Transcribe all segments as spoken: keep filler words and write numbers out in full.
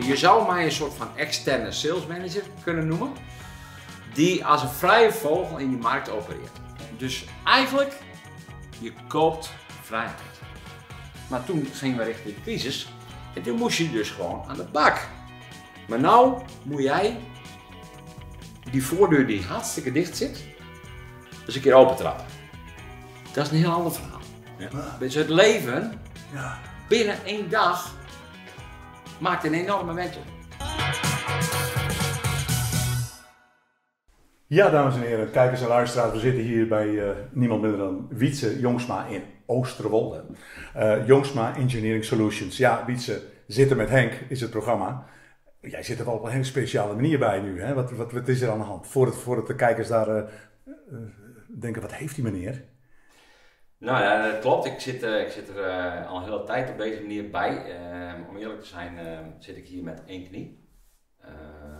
je zou mij een soort van externe sales manager kunnen noemen. Die als een vrije vogel in die markt opereert. Dus eigenlijk, je koopt vrijheid. Maar toen gingen we richting de crisis. En toen moest je dus gewoon aan de bak. Maar nou moet jij die voordeur die hartstikke dicht zit, dus een keer opentrappen. Dat is een heel ander verhaal. Ja. Dus het leven ja. binnen één dag maakt een enorme wentel. Ja, dames en heren, kijkers en luisteraars, we zitten hier bij uh, niemand minder dan Wietse Jongsma in Oosterwolde. Uh, Jongsma Engineering Solutions. Ja, Wietse, zitten met Henk is het programma. Jij zit er wel op een hele speciale manier bij nu. Hè? Wat, wat, wat is er aan de hand? Voordat, voordat de kijkers daar uh, uh, denken, wat heeft die meneer? Nou ja, dat klopt. Ik zit, uh, ik zit er uh, al een hele tijd op deze manier bij. Uh, om eerlijk te zijn uh, zit ik hier met één knie. Uh,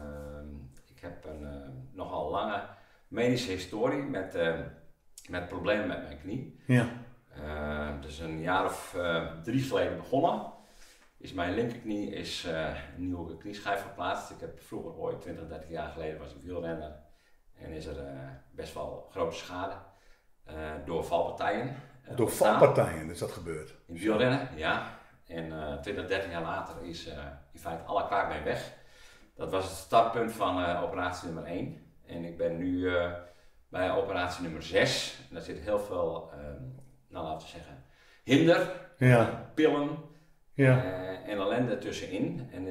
ik heb een uh, nogal lange medische historie met, uh, met problemen met mijn knie. Ja. Uh, dus een jaar of uh, drie geleden begonnen. Is mijn linkerknie is uh, een nieuwe knieschijf geplaatst. Ik heb vroeger ooit, twintig, dertig jaar geleden, was ik wielrenner. En is er uh, best wel grote schade uh, door valpartijen. Uh, door valpartijen is dat gebeurd? In wielrennen, ja. En uh, twintig, dertig jaar later is uh, in feite alle kwaak mee weg. Dat was het startpunt van uh, operatie nummer één. En ik ben nu uh, bij operatie nummer zes. En daar zit heel veel, uh, nou laten we zeggen, hinder, ja. uh, pillen. Ja. Uh, en ellende tussenin. En uh,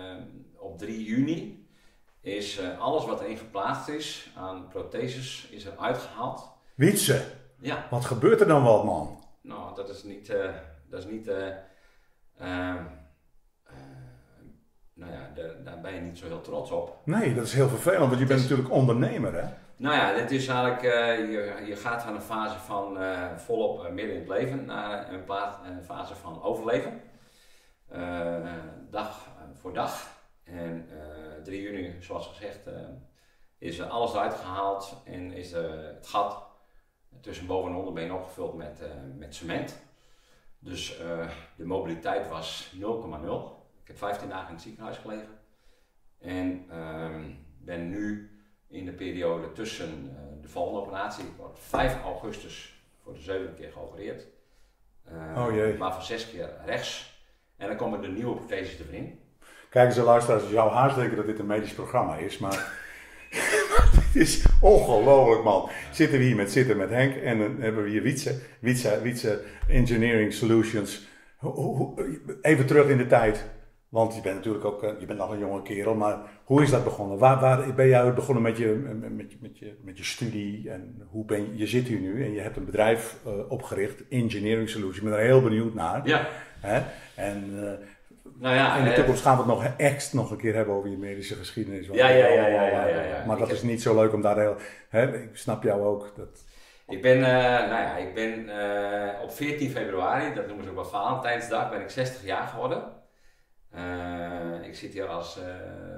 op drie juni is uh, alles wat erin geplaatst is aan protheses is er uitgehaald. Wietse? Ja. Wat gebeurt er dan wel, man? Nou, dat is niet, uh, dat is niet, uh, uh, uh, nou ja, de, daar ben je niet zo heel trots op. Nee, dat is heel vervelend, want je bent is, natuurlijk ondernemer, hè? Nou ja, dit is eigenlijk, uh, je, je gaat van een fase van uh, volop uh, midden in het leven naar een, plaats, een fase van overleven. Uh, dag voor dag. En uh, drie juni, zoals gezegd, uh, is uh, alles eruit gehaald en is uh, het gat tussen boven en onderbeen opgevuld met, uh, met cement. Dus uh, de mobiliteit was nul komma nul. Ik heb vijftien dagen in het ziekenhuis gelegen. En uh, ben nu in de periode tussen uh, de volgende operatie, ik word vijf augustus voor de zevende keer geopereerd. Uh, oh jee. Maar voor zes keer rechts. En dan komen de nieuwe protheses erin. Kijk eens, luisteraars, je zou haast denken dat dit een medisch programma is, maar dit is ongelooflijk, man. Zitten we hier met Zitten met Henk en dan hebben we hier Wietse, Wietse, Wietse Engineering Solutions. Even terug in de tijd, want je bent natuurlijk ook, je bent nog een jonge kerel, maar hoe is dat begonnen? Waar, waar ben jij begonnen met je, met, je, met, je, met je studie en hoe ben je, je zit hier nu en je hebt een bedrijf uh, opgericht, Engineering Solutions. Ik ben er heel benieuwd naar. Ja. Hè? En uh, nou ja, in de toekomst gaan we het nog echt nog een keer hebben over je medische geschiedenis. Ja, ja, ja, ja, ja, ja, ja. Maar dat ik is heb... niet zo leuk om daar heel... Hè? Ik snap jou ook. Dat... Ik ben, uh, nou ja, ik ben uh, op veertien februari, dat noemen ze ook wel Valentijnsdag, ben ik zestig jaar geworden. Uh, ik zit hier als uh,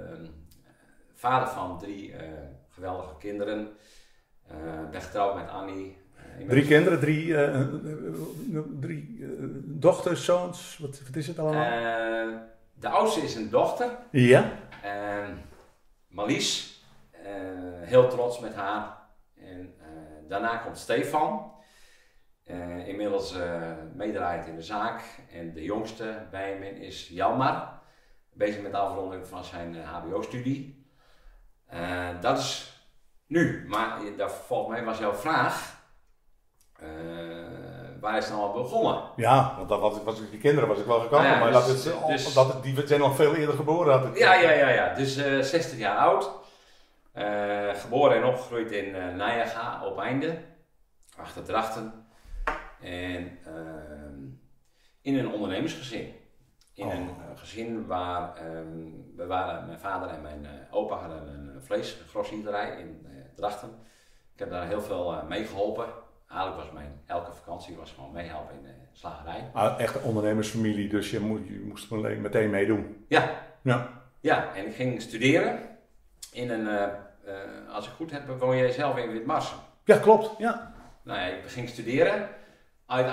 vader van drie uh, geweldige kinderen. Ik uh, ben getrouwd met Annie. Uh, drie kinderen, drie, uh, uh, drie uh, dochters, zoons, wat, wat is het allemaal? Uh, de oudste is een dochter. Ja. Uh, Marlies, uh, heel trots met haar. En uh, daarna komt Stefan. Uh, inmiddels uh, meedraait in de zaak. En de jongste bij hem is Jelmar. Bezig met de afronding van zijn uh, H B O-studie. Uh, dat is nu. Maar uh, volgens mij was jouw vraag. Uh, waar is het nou al begonnen? Ja, want dat was, was, die kinderen was ik wel gekomen. Nou ja, maar dus, dat is, dus, dat, die zijn nog veel eerder geboren. Had ik. Ja, ja, ja, ja. Dus uh, zestig jaar oud. Uh, geboren en opgegroeid in uh, Nijaga op Einde. Achter Drachten. En uh, in een ondernemersgezin. In oh. een uh, gezin waar um, we waren, mijn vader en mijn uh, opa hadden een vleesgrossierderij in uh, Drachten. Ik heb daar heel veel uh, mee geholpen. Eigenlijk was mijn elke vakantie was gewoon meehelpen in de slagerij. Ah, echt een ondernemersfamilie, dus je, moet, je moest meteen meedoen. Ja. Ja. Ja, en ik ging studeren in een, uh, uh, als ik goed heb, woon jij zelf in Witmarsum. Ja, klopt. Ja. Nou ja, ik ging studeren.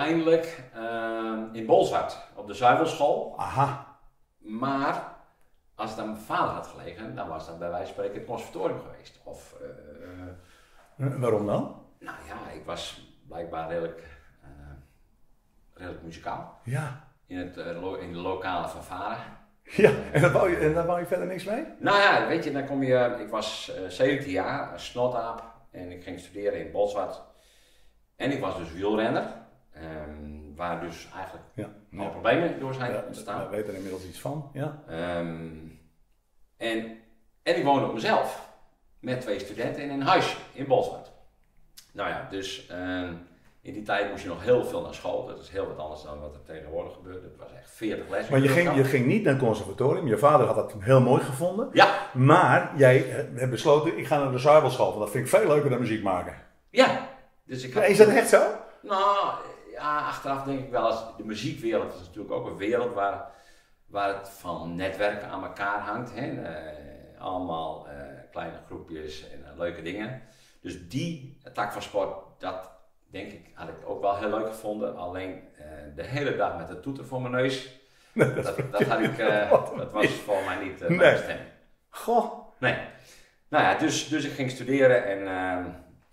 Uiteindelijk uh, in Bolzwart, op de zuivelschool. Aha. Maar als het aan mijn vader had gelegen, dan was dat bij wijze van spreken het conservatorium geweest. Of, uh, uh, waarom dan? Nou ja, ik was blijkbaar redelijk, uh, redelijk muzikaal. Ja. In, het, uh, lo- in de lokale fanfare. Ja, en daar wou je, en daar wou je verder niks mee? Nou ja, weet je, dan kom je, ik was uh, zeventien jaar, een snotaap, en ik ging studeren in Bolsward. En ik was dus wielrenner, um, waar dus eigenlijk ja. al ja. problemen door zijn ja, ontstaan. We weten er inmiddels iets van, ja. Um, en, en ik woonde op mezelf, met twee studenten in een huisje in Bolsward. Nou ja, dus um, in die tijd moest je nog heel veel naar school. Dat is heel wat anders dan wat er tegenwoordig gebeurt. Het was echt veertig lessen. Maar je ging, je ging niet naar het conservatorium. Je vader had dat heel mooi gevonden. Ja. Maar jij hebt besloten, ik ga naar de zuivelschool. Want dat vind ik veel leuker dan muziek maken. Ja. Dus ik had... Ja, is dat echt zo? Nou, ja, achteraf denk ik wel eens, de muziekwereld is natuurlijk ook een wereld waar, waar het van netwerken aan elkaar hangt. Hè? Uh, allemaal uh, kleine groepjes en uh, leuke dingen. Dus die tak van sport, dat denk ik, had ik ook wel heel leuk gevonden. Alleen uh, de hele dag met de toeter voor mijn neus, nee, dat, dat, dat, had ik, uh, dat was voor mij niet uh, mijn nee. stem. Goh. Nee. Nou ja, dus, dus ik ging studeren en uh,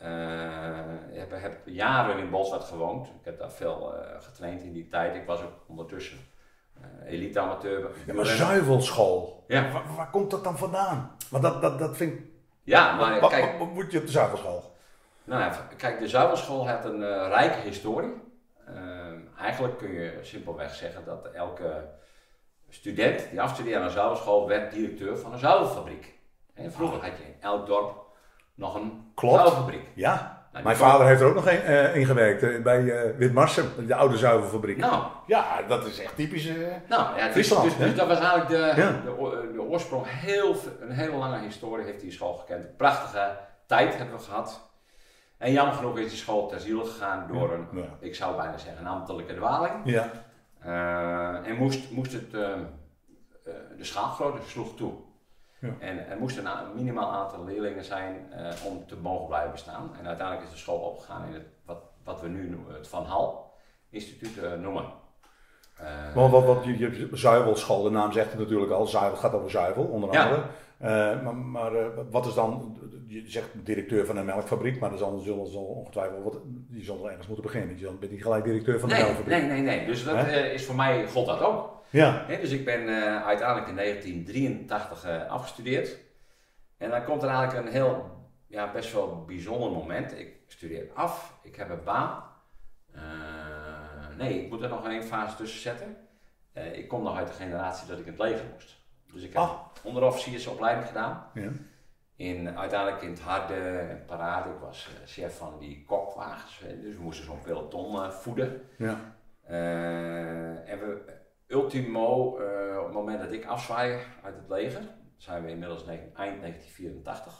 uh, heb, heb jaren in Bolsward gewoond. Ik heb daar veel uh, getraind in die tijd. Ik was ook ondertussen uh, elite amateur. Ja, maar zuivelschool, ja. waar, waar komt dat dan vandaan? Want dat, dat, dat vind ik... Ja, maar wat, kijk... wat, wat moet je op de zuivelschool? Nou ja, kijk, de zuivelschool heeft een uh, rijke historie. Uh, eigenlijk kun je simpelweg zeggen dat elke student die afstudeerde aan een zuivelschool werd directeur van een zuivelfabriek. En vroeger had je in elk dorp nog een Klopt. zuivelfabriek. Ja. Nou, Mijn kwam... vader heeft er ook nog een, uh, in gewerkt, uh, bij uh, Witmarsum, de oude zuivelfabriek. Nou. Ja, dat is echt typisch uh, nou, ja, dus, Friesland. Dus, dus dat was eigenlijk de, ja. de, de oorsprong. Heel, een hele lange historie heeft die school gekend. Een prachtige tijd hebben we gehad. En jammer genoeg is die school ter ziele gegaan door een, ja. ik zou bijna zeggen, een ambtelijke dwaling. Ja. Uh, en moest, moest het, uh, uh, de schaalgrootte sloeg toe. Ja. En er moest een minimaal aantal leerlingen zijn uh, om te mogen blijven bestaan. En uiteindelijk is de school opgegaan in het, wat, wat we nu het Van Hal Instituut uh, noemen. Uh, Want wat, wat je, je zuivelschool, de naam zegt het natuurlijk al, zuivel gaat over zuivel, onder andere. Ja. Uh, maar maar uh, wat is dan, je zegt directeur van een melkfabriek, maar dan zullen ze ongetwijfeld, wat, die zullen ergens moeten beginnen. Je bent niet gelijk directeur van de nee, melkfabriek. Nee, nee, nee. Dus dat uh, is voor mij, god dat ook. Ja. He, dus ik ben uh, uiteindelijk in negentien drieëntachtig uh, afgestudeerd. En dan komt er eigenlijk een heel, ja, best wel bijzonder moment. Ik studeer af, ik heb een baan. Uh, nee, ik moet er nog één fase tussen zetten. Uh, ik kom nog uit de generatie dat ik in het leger moest. Dus ik heb ah. onderofficiersopleiding gedaan. Ja. In, uiteindelijk in het harde en parade. Ik was uh, chef van die kokwagens. Dus we moesten zo'n peloton uh, voeden. Ja. Uh, en we, ultimo, uh, op het moment dat ik afzwaai uit het leger, zijn we inmiddels ne- eind negentien vierentachtig,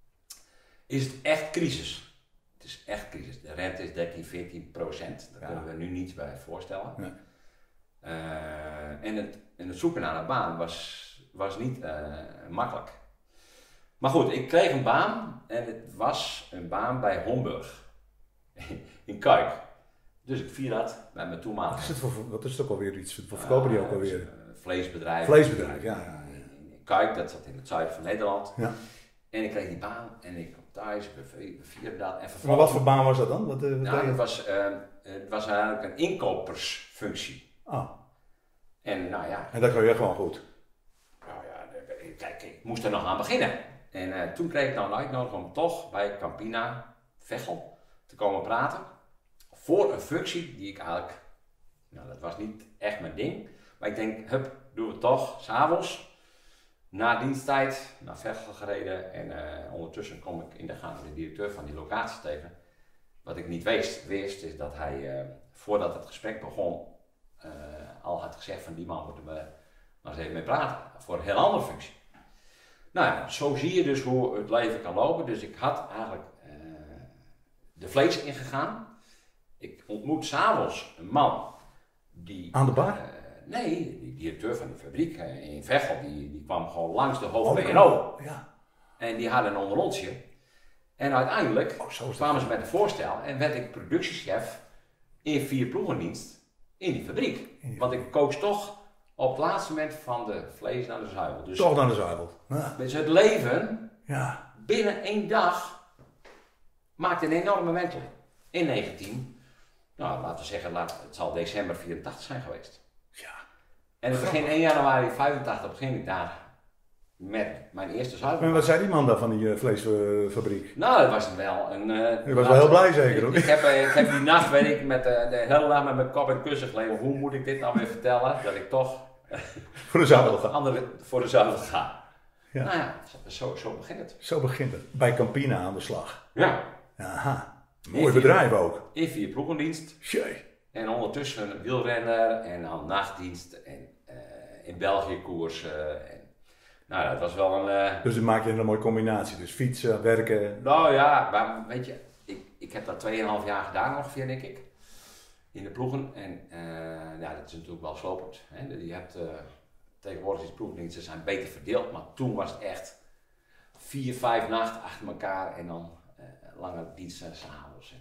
is het echt crisis. Het is echt crisis. De rente is dertien, veertien procent. Daar ja. kunnen we nu niets bij voorstellen. Nee. Uh, en, het, en het zoeken naar een baan was, was niet uh, makkelijk. Maar goed, ik kreeg een baan en het was een baan bij Homburg in Kuik. Dus ik vier dat bij mijn toenmalige. Wat is het voor, wat is het ook alweer iets? Wat verkopen uh, die ook alweer? Vleesbedrijf. Vleesbedrijf, ja. ja, ja. In Kuik, dat zat in het zuiden van Nederland. Ja. En ik kreeg die baan en ik kwam thuis, we vierden dat. En maar wat voor baan was dat dan? Wat, uh, wat nou, het was, uh, het was eigenlijk een inkopersfunctie. Ah. En nou ja. En dat kan je gewoon goed. Nou ja, kijk, ik moest er nog aan beginnen. En uh, toen kreeg ik nou een uitnodiging om toch bij Campina, Veghel, te komen praten. Voor een functie die ik eigenlijk, nou dat was niet echt mijn ding. Maar ik denk, hup, doen we het toch, s'avonds. Na diensttijd naar Veghel gereden. En uh, ondertussen kom ik in de gang de directeur van die locatie tegen. Wat ik niet wist, wist is dat hij, uh, voordat het gesprek begon, uh, al had gezegd van die man moeten we maar eens even mee praten. Voor een heel andere functie. Nou ja, zo zie je dus hoe het leven kan lopen. Dus ik had eigenlijk uh, de vlees ingegaan. Ik ontmoet s'avonds een man die... Aan de bar? Uh, nee, die directeur van de fabriek uh, in Veghel, die, die kwam gewoon langs de hoofd-P en O. Oh, ja. En die hadden een onderontje. En uiteindelijk oh, kwamen ze met een voorstel en werd ik productiechef in vier ploegendienst in die fabriek. In die Want ik koos toch op het laatste moment van de vlees naar de zuivel. Dus, Toch naar de zuivel. Ja. dus het leven Ja. binnen één dag maakt een enorme wenteling. In negentien, nou laten we zeggen, laat, het zal december vierentachtig zijn geweest. Ja. En het begin één januari vijfentachtig begin ik daar met mijn eerste zuivel. En wat zei die man daar van die uh, vleesfabriek? Nou, dat was wel een... Uh, Je was wel heel blij zeker, hoor. Ik, ik, heb, uh, ik heb die nacht, weet ik, met, uh, de hele dag met mijn kop in het kussen gelegen. Hoe moet ik dit nou weer vertellen? Dat ik toch Voor de zuivel gaan. andere, voor de zuivel ga. Ja. Nou ja, zo, zo begint het. Zo begint het. Bij Campina aan de slag. Ja. Aha. Mooi bedrijf ook. In vier ploegendienst. Jee. En ondertussen wielrenner en dan nachtdienst en uh, in België koersen. En, nou, dat was wel een... Uh, Dus dan maak je een hele mooie combinatie. Dus fietsen, werken. nou ja, maar weet je, ik, ik heb dat tweeënhalf jaar gedaan ongeveer, denk ik. In de ploegen. En uh, ja, dat is natuurlijk wel slopend. Hè? Je hebt uh, tegenwoordig die ploegendiensten zijn beter verdeeld, maar toen was het echt vier, vijf nachten achter elkaar en dan uh, lange diensten s'avonds.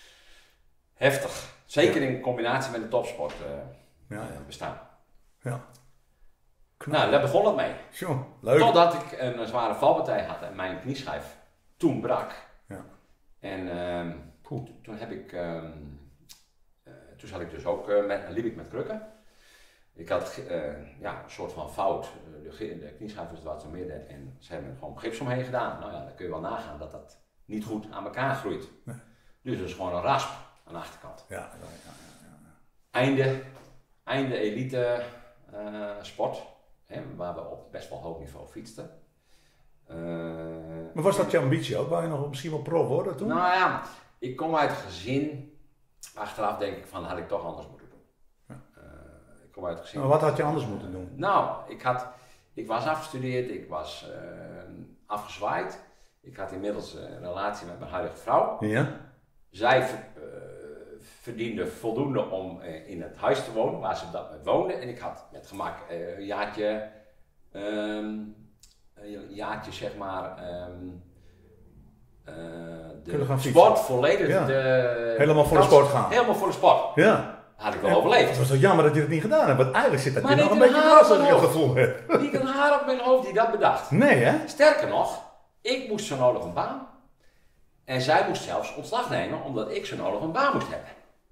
Heftig. Zeker in combinatie met de topsport uh, Ja, ja. bestaan. Ja. Nou, daar begon het mee. Zo, leuk. Totdat ik een zware valpartij had en mijn knieschijf toen brak. Ja. En um, toen, toen heb ik, um, uh, toen zat ik dus ook, uh, met, liep ik met krukken. Ik had uh, ja, een soort van fout, uh, de, de knieschijf was wat zo midden en ze hebben er gewoon gips omheen gedaan. Nou ja, dan kun je wel nagaan dat dat niet goed aan elkaar groeit. Nee. Dus dat is gewoon een rasp aan de achterkant. Ja, ja, ja, ja, ja. Einde, einde elite uh, sport, hè, waar we op best wel hoog niveau fietsten. Uh, Maar was dat je ambitie ook? Wou je nog misschien wel prof worden toen? Nou ja, ik kom uit een gezin, achteraf denk ik van had ik toch anders moeten doen. Ja. Uh, ik kom uit een gezin. Maar wat had je anders moeten doen? Nou, ik, had, ik was afgestudeerd, ik was uh, afgezwaaid. Ik had inmiddels een relatie met mijn huidige vrouw. Ja? Zij uh, verdiende voldoende om uh, in het huis te wonen waar ze op dat moment woonde. En ik had met gemak uh, een jaartje, um, een jaartje zeg maar, um, uh, de gaan sport volledig. Ja. De, Helemaal voor de sport gaan. Helemaal voor de sport. Ja. Had ik wel Ja, overleefd. Het was toch jammer dat je het niet gedaan hebt, want eigenlijk zit dat Maar je nog niet een een beetje haar dwars op als mijn je hoofd. gevoel hebt. Niet een haar op mijn hoofd die dat bedacht. Nee hè? Sterker nog, ik moest zo nodig een baan. En zij moest zelfs ontslag nemen omdat ik zo nodig een baan moest hebben.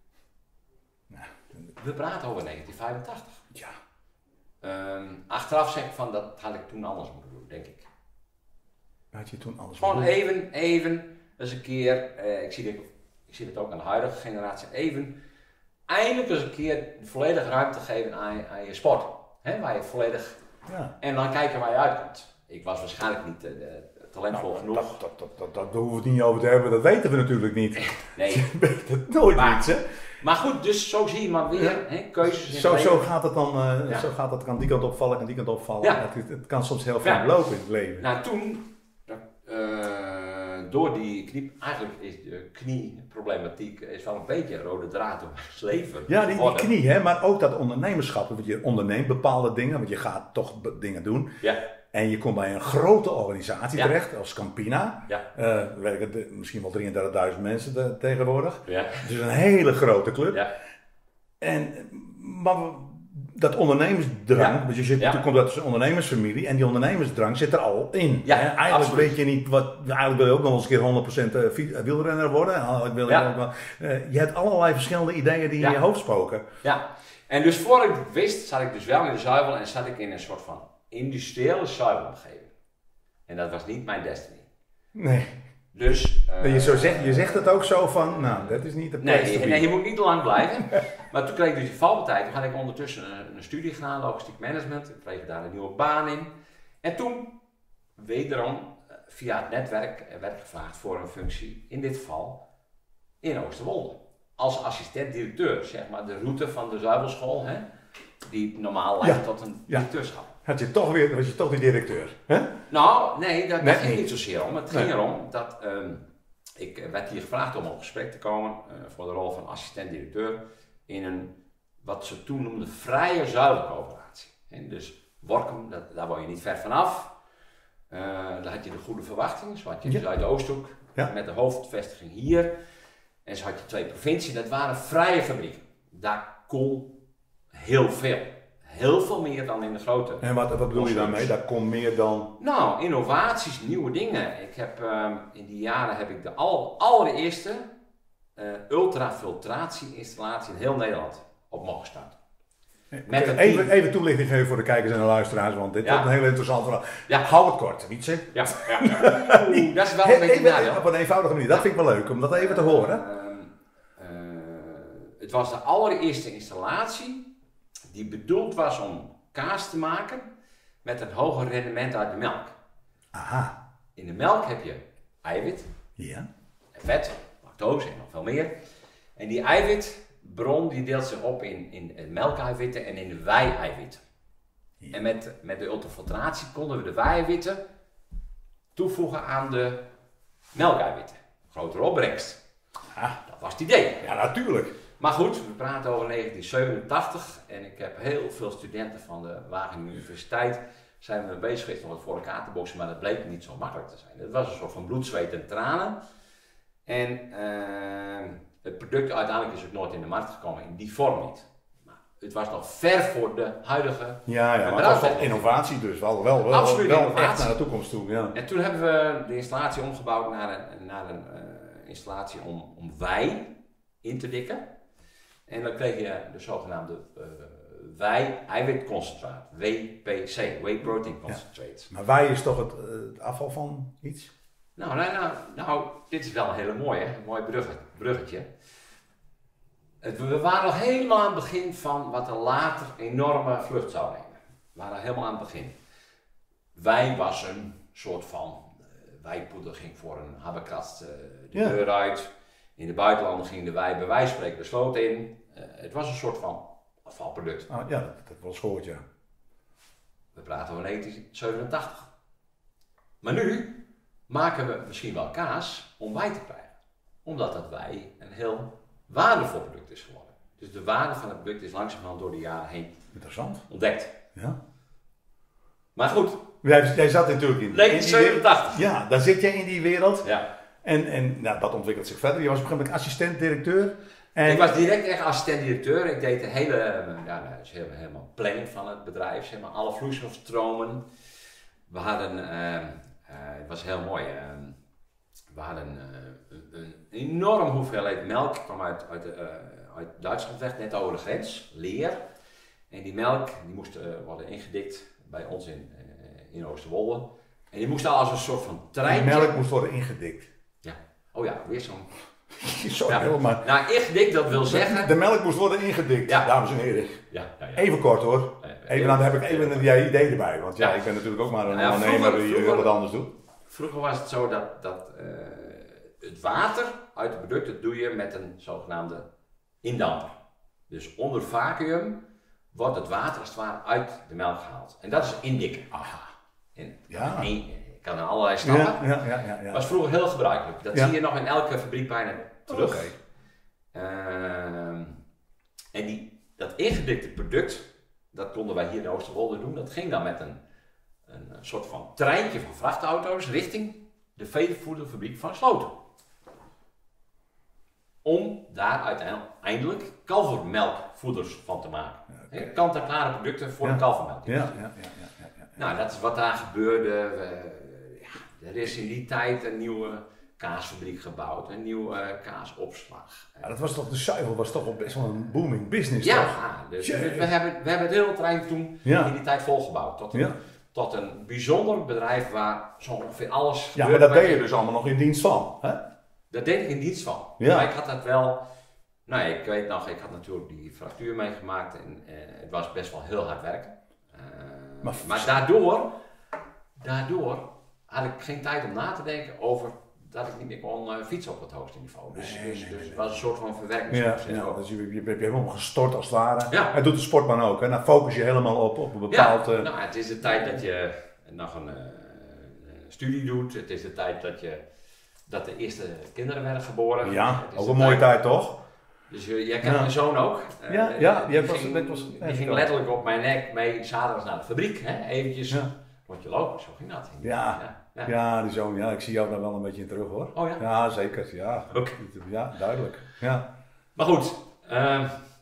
Nou, We praten over negentien vijfentachtig. ja. Um, achteraf zeg ik van dat had ik toen anders moeten doen, denk ik. Had je toen alles Gewoon moeten doen? even, even, eens een keer, uh, ik, zie dit, ik zie het ook aan de huidige generatie, even, eindelijk eens een keer volledig ruimte geven aan je, aan je sport. Hè, waar je volledig, Ja. en dan kijken waar je uitkomt. Ik was waarschijnlijk niet uh, talentvol Nou, genoeg. dat, dat, dat, dat, dat, daar hoeven we het niet over te hebben, dat weten we natuurlijk niet. Nee. Je weet het nooit Maar- iets, hè? Maar goed, dus zo zie je maar weer, Ja. hè, keuzes in Zo, het zo leven. gaat het dan, uh, Ja. zo gaat het, kan die kant opvallen, kan die kant opvallen. Ja. Het, het kan soms heel Ja. vaak lopen in het leven. Nou, toen, uh, door die knie, eigenlijk is de knieproblematiek is wel een beetje een rode draad door mijn leven. Ja, die, die geworden. knie, hè, maar ook dat ondernemerschap. Want je onderneemt bepaalde dingen, want je gaat toch be- dingen doen. Ja, En je komt bij een grote organisatie Ja. terecht, als Campina. ja, Uh, er werken de- misschien wel drieëndertigduizend mensen de- tegenwoordig. ja, Dus een hele grote club. ja, En, maar dat ondernemersdrang, Ja. want je zit, Ja. toen komt dat als een ondernemersfamilie en die ondernemersdrang zit er al in. Ja, hè? Eigenlijk absoluut. weet je niet wat, eigenlijk wil je ook nog eens een keer honderd procent eh, fi- eh, wielrenner worden. Eigenlijk wil je, Ja. ook wel, eh, je hebt allerlei verschillende ideeën die Ja. in je hoofd spoken. ja. En dus voor ik het wist, zat ik dus wel in de zuivel en zat ik in een soort van industriële zuivelomgeving. En dat was niet mijn destiny. Nee. Dus... uh, je, zo zegt, je zegt het ook zo van, nou, dat is niet de place Nee, to be. nee, je moet niet te lang blijven. Maar toen kreeg ik dus die valpartij. Toen had ik ondertussen een, een studie gedaan, logistiek management. Ik kreeg daar een nieuwe baan in. En toen, wederom, eh, via het netwerk, eh, werd gevraagd voor een functie, in dit geval, in Oosterwolde. Als assistent-directeur, zeg maar, de route van de zuivelschool, hè, die normaal leidt Ja. tot een Ja. directeurschap. Had je toch weer, was je toch die directeur. Hè? Nou, nee, dat, Nee, dat ging niet. niet zozeer om. Het Nee. ging erom dat ehm, ik eh, werd hier gevraagd om op gesprek te komen eh, voor de rol van assistent-directeur in een, wat ze toen noemden, vrije zuivelcoöperatie. En dus Workum, dat, daar woon je niet ver vanaf. Uh, daar had je de goede verwachtingen. Zo had je Ja. de Zuidoosthoek Ja. met de hoofdvestiging hier. En zo had je twee provincies. Dat waren vrije fabrieken. Daar kon heel veel. heel veel meer dan in de grote. En wat, wat bedoel je daarmee? Daar komt meer dan... Nou, innovaties, nieuwe dingen. Ik heb, um, in die jaren heb ik de al, allereerste uh, ultrafiltratie-installatie in heel Nederland op mogen starten. Met een even, team... even toelichting geven voor de kijkers en de luisteraars, want dit ja. wordt een heel interessant verhaal. Ja. Hou het kort, Wietse. Ja, ja, ja. Oeh, dat is wel een beetje even, nadeel. Op een eenvoudige manier, dat vind ik wel leuk om dat even te horen. Uh, uh, het was de allereerste installatie die bedoeld was om kaas te maken met een hoger rendement uit de melk. Aha. In de melk heb je eiwit, ja. vet, lactose en nog veel meer. En die eiwitbron die deelt zich op in, in melkeiwitten en in de wei-eiwitten. Ja. En met, met de ultrafiltratie konden we de wei-eiwitten toevoegen aan de melkeiwitten. Grotere opbrengst. Ja. Dat was het idee. Ja, natuurlijk. Maar goed, we praten over negentien zevenentachtig en ik heb heel veel studenten van de Wageningen Universiteit zijn we bezig geweest om het voor elkaar te boksen, maar dat bleek niet zo makkelijk te zijn. Het was een soort van bloed, zweet en tranen. En uh, het product uiteindelijk is ook nooit in de markt gekomen, in die vorm niet. Maar het was nog ver voor de huidige... Ja, ja, maar het was wel innovatie dus, wel, wel, wel, Absoluut wel innovatie. Echt naar de toekomst toe. Ja. En toen hebben we de installatie omgebouwd naar een, naar een uh, installatie om, om wei in te dikken. En dan kreeg je de zogenaamde uh, wei-eiwitconcentraat, W P C, Whey Protein Concentrate. Ja. Maar wei is toch het, uh, het afval van iets? Nou, nou, nou, nou, dit is wel een hele mooie, een mooi brugge, bruggetje. Het, we waren nog helemaal aan het begin van wat er later enorme vlucht zou nemen. We waren helemaal aan het begin. Wei was een soort van, uh, weipoeder ging voor een habbekrat uh, de ja. deur uit. In de buitenlanden ging de wei bij wijze van spreken de sloot in. Uh, het was een soort van afvalproduct. Ah, ja, dat heb ik wel eens gehoord, ja. We praten over negentien zevenentachtig. Maar nu maken we misschien wel kaas om wei te krijgen. Omdat dat wei een heel waardevol product is geworden. Dus de waarde van het product is langzamerhand door de jaren heen Interessant. ontdekt. Ja. Maar goed. Jij, jij zat natuurlijk in, negentien zevenentachtig. In die, ja, daar zit jij in die wereld. Ja. En, en nou, dat ontwikkelt zich verder. Je was op een gegeven moment assistent-directeur. En... Ik was direct echt assistent-directeur. Ik deed de hele, ja, dus helemaal, helemaal planning van het bedrijf, zeg maar, alle vloeistofstromen. We hadden, uh, uh, het was heel mooi, uh, we hadden uh, een, een enorm hoeveelheid melk, kwam uit, uit, uh, uit Duitsland weg, net over de grens, leer. En die melk die moest uh, worden ingedikt bij ons in, uh, in Oosterwolde. En die moest al als een soort van treintje... Die melk moest worden ingedikt. Ja. Oh ja, weer zo'n... Sorry, ja. maar... Nou, ingedikt, dat wil zeggen... De melk moest worden ingedikt, ja. Dames en heren. Ja, ja, ja. Even kort hoor. Even, dan heb ik even een ja, idee erbij, want ja, ja, ik ben natuurlijk ook maar een nou, ondernemer die vroeger, wat anders doet. Vroeger was het zo dat, dat uh, het water uit het product, dat doe je met een zogenaamde indamper. Dus onder vacuüm wordt het water als het ware uit de melk gehaald. En dat is indikken. Aha. En, ja. En, je kan er allerlei stappen. Ja, ja, ja, ja, ja. Was vroeger heel gebruikelijk. Dat ja. zie je nog in elke fabriek bijna terug. Okay. Uh, en die, dat ingedikte product, dat konden wij hier in Oosterwolde doen. Dat ging dan met een, een soort van treintje van vrachtauto's richting de veevoederfabriek van Sloten. Om daar uiteindelijk kalvermelkvoeders van te maken. Okay. Kant-en-klare producten voor ja. de kalvermelk. Ja, ja, ja, ja, ja, ja. Nou, dat is wat daar gebeurde. We, ja, er is in die tijd een nieuwe kaasfabriek gebouwd, een nieuwe uh, kaasopslag. Ja, dat was toch, de zuivel was toch best wel een booming business, ja, toch? Ja, dus we, we, hebben, we hebben het hele terrein toen ja. in die tijd volgebouwd. Tot een, ja. tot een bijzonder bedrijf waar zo ongeveer alles ja, maar dat deed je dus allemaal nog in dienst van, hè? Dat deed ik in dienst van. Ja. Maar ik had dat wel... Nou, ik weet nog, ik had natuurlijk die fractuur meegemaakt en uh, het was best wel heel hard werken. Uh, maar, maar daardoor, daardoor had ik geen tijd om na te denken over dat ik niet meer kon uh, fietsen op het hoogste niveau. Dus, nee, dus, nee, dus nee. het was een soort van verwerkingsproces. Ja, ja, dus je, je, je hebt helemaal gestort als het ware. Ja. Hij doet de sportman ook, hè? Dan focus je helemaal op, op een bepaald... Ja, nou, het is de tijd dat je nog een uh, studie doet. Het is de tijd dat je dat de eerste kinderen werden geboren. Ja, ook een mooie tijd, toch? Dus uh, jij kent ja. mijn zoon ook. Uh, ja, ja. Die, was, ging, was, die ging letterlijk op mijn nek mee zaterdags naar de fabriek. Hè? Eventjes ja. rondje lopen, zo ging dat. Ja. Ja. Ja. ja, die zoon, ja, ik zie jou daar wel een beetje in terug hoor. Oh ja? Ja, zeker. Ja, okay. ja duidelijk. Ja. Maar goed, uh,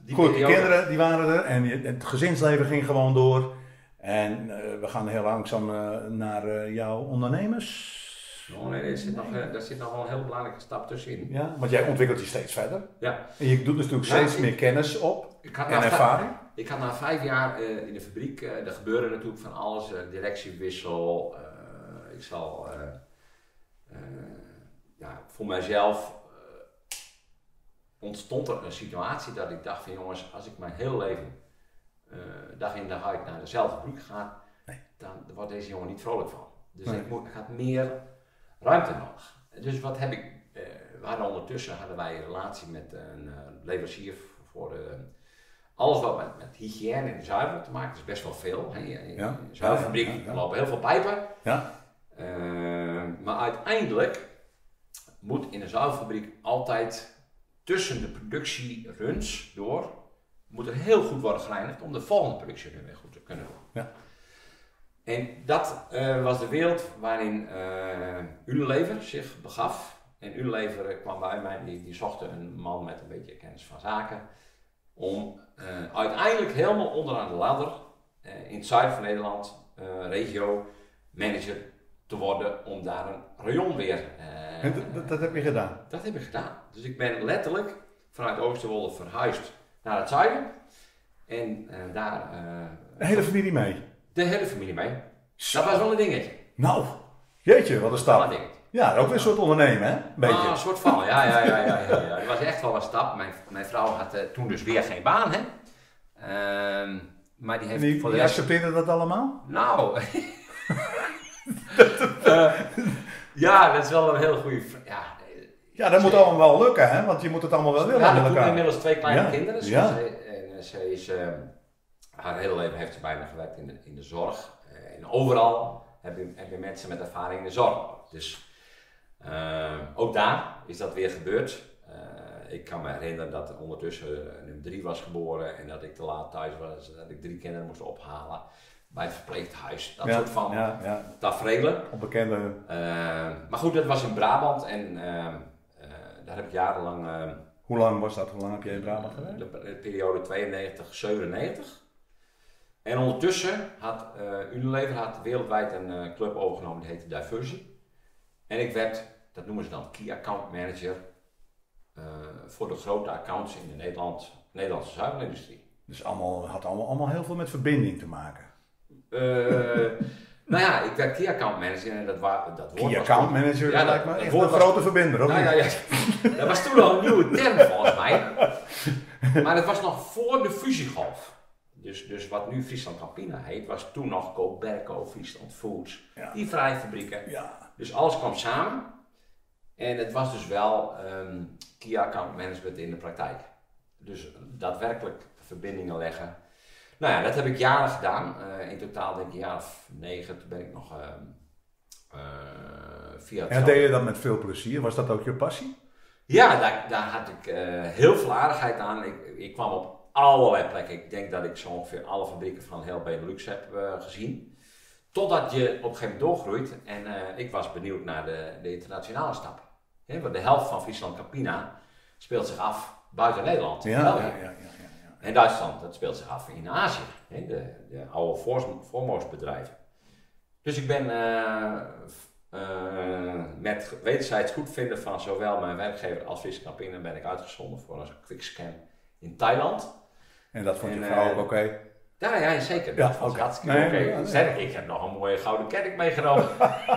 die Goed, die periode. kinderen die waren er en je- het gezinsleven ging gewoon door. En uh, we gaan heel langzaam uh, naar uh, jouw ondernemers. Oh, nee, er zit, nog, uh, daar zit nog wel een heel belangrijke stap tussenin. Ja, want jij ontwikkelt je steeds verder. Ja. En je doet natuurlijk Nou, steeds ik, meer kennis op ik had en ervaring. Vijf, ik had na vijf jaar uh, in de fabriek, uh, er gebeurde natuurlijk van alles, uh, directiewissel. Uh, ik zal, uh, uh, ja, voor mijzelf uh, ontstond er een situatie dat ik dacht van jongens, als ik mijn hele leven uh, dag in dag uit naar dezelfde fabriek ga, nee. dan wordt deze jongen niet vrolijk van. Dus nee. ik, moet, ik had meer ruimte nodig. Dus wat heb ik, uh, we hadden ondertussen hadden wij een relatie met een uh, leverancier voor uh, alles wat met, met hygiëne en zuiver te maken is, best wel veel. In ja. een zuivelfabriek ja, ja, ja. lopen heel veel pijpen. Ja. Uh, maar uiteindelijk moet in een zuivelfabriek altijd tussen de productieruns door, moet er heel goed worden gereinigd om de volgende productierun weer goed te kunnen doen. Ja. En dat uh, was de wereld waarin uh, Unilever zich begaf. En Unilever kwam bij mij, die, die zochten een man met een beetje kennis van zaken. Om uh, uiteindelijk helemaal onderaan de ladder, uh, in het zuiden van Nederland, uh, regio manager te worden. Om daar een rayon weer... Uh, en dat, dat heb je gedaan? Dat heb ik gedaan. Dus ik ben letterlijk vanuit Oosterwolde verhuisd naar het zuiden. En uh, daar... Uh, de hele familie mee? De hele familie mee. Zo. Dat was wel een dingetje. Nou, jeetje, wat een stap. Wel een dingetje. Ja, ook weer een soort ondernemen, hè? Beetje. Ah, een soort van, ja, ja, ja, ja, ja, ja. Dat was echt wel een stap. Mijn, mijn vrouw had uh, toen dus weer geen baan, hè. Uh, maar die heeft en die, voor de die rest... accepteerde dat allemaal? Nou... uh, ja, dat is wel een heel goede... Ja, ja, dat moet allemaal wel lukken, hè? Want je moet het allemaal wel willen ja, met elkaar. Ja, inmiddels twee kleine ja. kinderen. Dus ja. ze, en ze is... Uh, haar hele leven heeft ze bijna gewerkt in de, in de zorg. Uh, en overal hebben, hebben mensen met ervaring in de zorg. Dus uh, ook daar is dat weer gebeurd. Uh, ik kan me herinneren dat er ondertussen nummer drie was geboren en dat ik te laat thuis was. Dat ik drie kinderen moest ophalen bij het verpleeghuis. Dat ja, soort van ja, ja. tafereelen. Onbekende. Uh, maar goed, dat was in Brabant en uh, uh, daar heb ik jarenlang... Uh, Hoe lang was dat? Hoe lang heb jij in Brabant gewerkt? De, de periode tweeënnegentig zevenennegentig. En ondertussen had uh, Unilever had wereldwijd een uh, club overgenomen die heette Diversi. En ik werd, dat noemen ze dan Key Account Manager, uh, voor de grote accounts in de Nederland, Nederlandse zuivelindustrie. Dus allemaal, had allemaal, allemaal heel veel met verbinding te maken? Uh, nou ja, ik werd Key Account Manager en dat, wa, dat woord Key Account toen, Manager, ja, lijkt me echt een grote verbinder, of nou, niet? Ja, ja, dat was toen al een nieuwe term volgens mij. Maar het was nog voor de fusiegolf. Dus, dus wat nu Friesland Campina heet, was toen nog Coberco, Friesland Foods, ja. Die vrijfabrieken. Ja. Dus alles kwam samen. En het was dus wel um, Key Account Management in de praktijk. Dus daadwerkelijk verbindingen leggen. Nou ja, dat heb ik jaren gedaan. Uh, in totaal denk ik een jaar of negen. Toen ben ik nog uh, uh, via het... En deed je dat met veel plezier? Was dat ook je passie? Ja, daar, daar had ik uh, heel veel aardigheid aan. Ik, ik kwam op allerlei plekken. Ik denk dat ik zo ongeveer alle fabrieken van heel Benelux heb uh, gezien. Totdat je op een gegeven moment doorgroeit. En uh, ik was benieuwd naar de, de internationale stap. He, want de helft van Friesland Campina speelt zich af buiten Nederland. Ja, ja, ja, ja, ja, ja. En Duitsland, dat speelt zich af in Azië. He, de, de oude voormoosbedrijven. Dus ik ben uh, uh, met wederzijds goedvinden van zowel mijn werkgever als Friesland Campina ben ik uitgezonden voor een quickscan in Thailand. En dat vond je vrouw uh, ook oké? Okay? Ja, ja, zeker. Ja, dat vond okay. hartstikke nee, oké. Okay. Nee, nee, nee. Ik heb nog een mooie gouden kerk meegenomen.